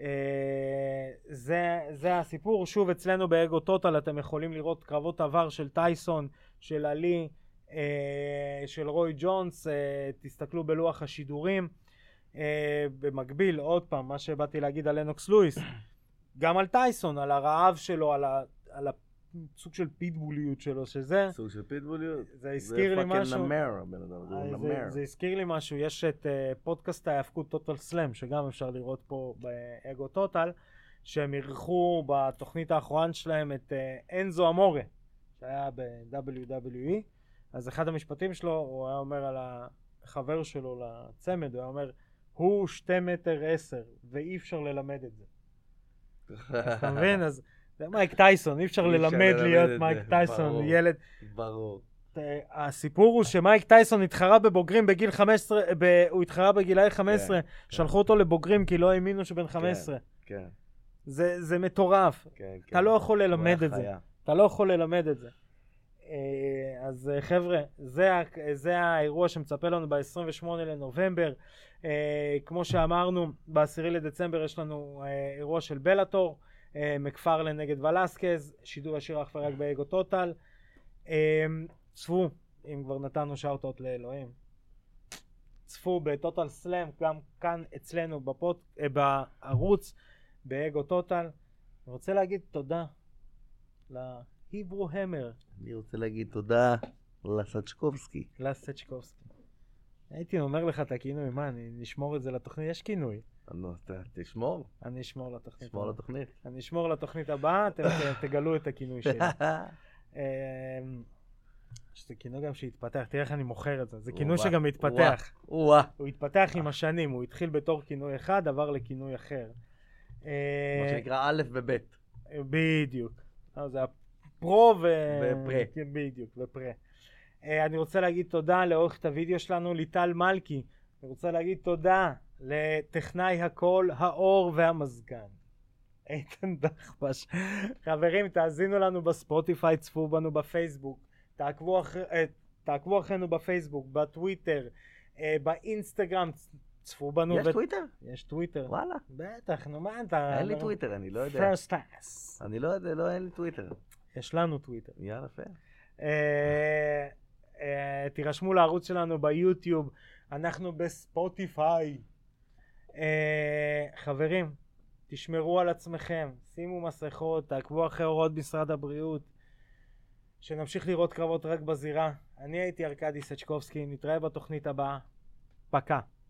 זה, זה הסיפור. שוב, אצלנו באגו טוטל אתם יכולים לראות קרבות עבר של טייסון, של עלי, של רוי ג'ונס. תסתכלו בלוח השידורים. במקביל, עוד פעם, מה שבאתי להגיד על לנוקס לואיס, גם על טייסון, על הרעב שלו, על, ה, על הסוג של פיטבוליות שלו, שזה... סוג של פיטבוליות? זה הזכיר לי משהו... זה פאקינג נמר, הבן אדם, זה נמר. זה הזכיר לי משהו, יש את uh, פודקאסט ההאבקות טוטל סלאם, שגם אפשר לראות פה באגו טוטל, שהם אירחו בתוכנית האחרונה שלהם את uh, אנזו אמורה, שהיה ב-דאבליו דאבליו אי, אז אחד המשפטים שלו, הוא היה אומר על החבר שלו לצמד, הוא היה אומר, הוא שתי מטר עשר, ואי אפשר ללמד את זה. אתה מבין? אז זה מייק טייסון, אי אפשר ללמד להיות מייק טייסון, ילד. ברור. הסיפור הוא שמייק טייסון התחרה בבוגרים בגיל חמש עשרה, הוא התחרה בגילאי חמש עשרה, שלחו אותו לבוגרים כי לא האמינו שבן חמש עשרה. כן. זה מטורף. אתה לא יכול ללמד את זה. אתה לא יכול ללמד את זה. אז חבר'ה, זה האירוע שמצפה לנו ב-עשרים ושמונה לנובמבר. כמו שאמרנו, ב-עשירי לדצמבר יש לנו אירוע של בלאטור, מקפרלן נגד ולסקז, שידור ישיר אך ורק באגו טוטל. צפו, אם כבר נתנו שאוטות לאלוהים, צפו בטוטל סלאם, גם כאן אצלנו בפוט, בערוץ, באגו טוטל. אני רוצה להגיד תודה להיברו המר. אני רוצה להגיד תודה לסצ'קובסקי. לסצ'קובסקי. הייתי אומר לך את הכינוי, מה, אני נשמור את זה לתוכנית? יש כינוי. נו, תשמור. אני אשמור לתוכנית. תשמור לתוכנית. אני אשמור לתוכנית הבאה, אתם תגלו את הכינוי שלי. שזה כינוי גם שהתפתח, תראה איך אני מוכר את זה, זה כינוי שגם התפתח. הוא התפתח עם השנים, הוא התחיל בתור כינוי אחד, עבר לכינוי אחר. מה שנקרא א' וב'. בדיוק. זה הפרו ופרה. בדיוק, ופרה. אני רוצה להגיד תודה לעורכת הוידאו שלנו, ליטל מלכי. אני רוצה להגיד תודה לטכנאי הקול, האור והמזגן, איתן דחבש. חברים, תאזינו לנו בספוטיפיי, צפו בנו בפייסבוק. תעקבו, אחר, תעקבו אחרינו בפייסבוק, בטוויטר, באינסטגרם, צפו בנו. יש טוויטר? יש טוויטר. וואלה. בטח, נו מה אתה... אין לי טוויטר, אני לא יודע. first class. אני לא יודע, לא, אין לי טוויטר. יש לנו טוויטר. יאללה, פייר. תירשמו לערוץ שלנו ביוטיוב, אנחנו בספוטיפיי. חברים, תשמרו על עצמכם, שימו מסכות, תעקבו אחרי הוראות משרד הבריאות. שנמשיך לראות קרבות רק בזירה. אני הייתי ארקדי סצ'קובסקי, נתראה בתוכנית הבאה. פקה.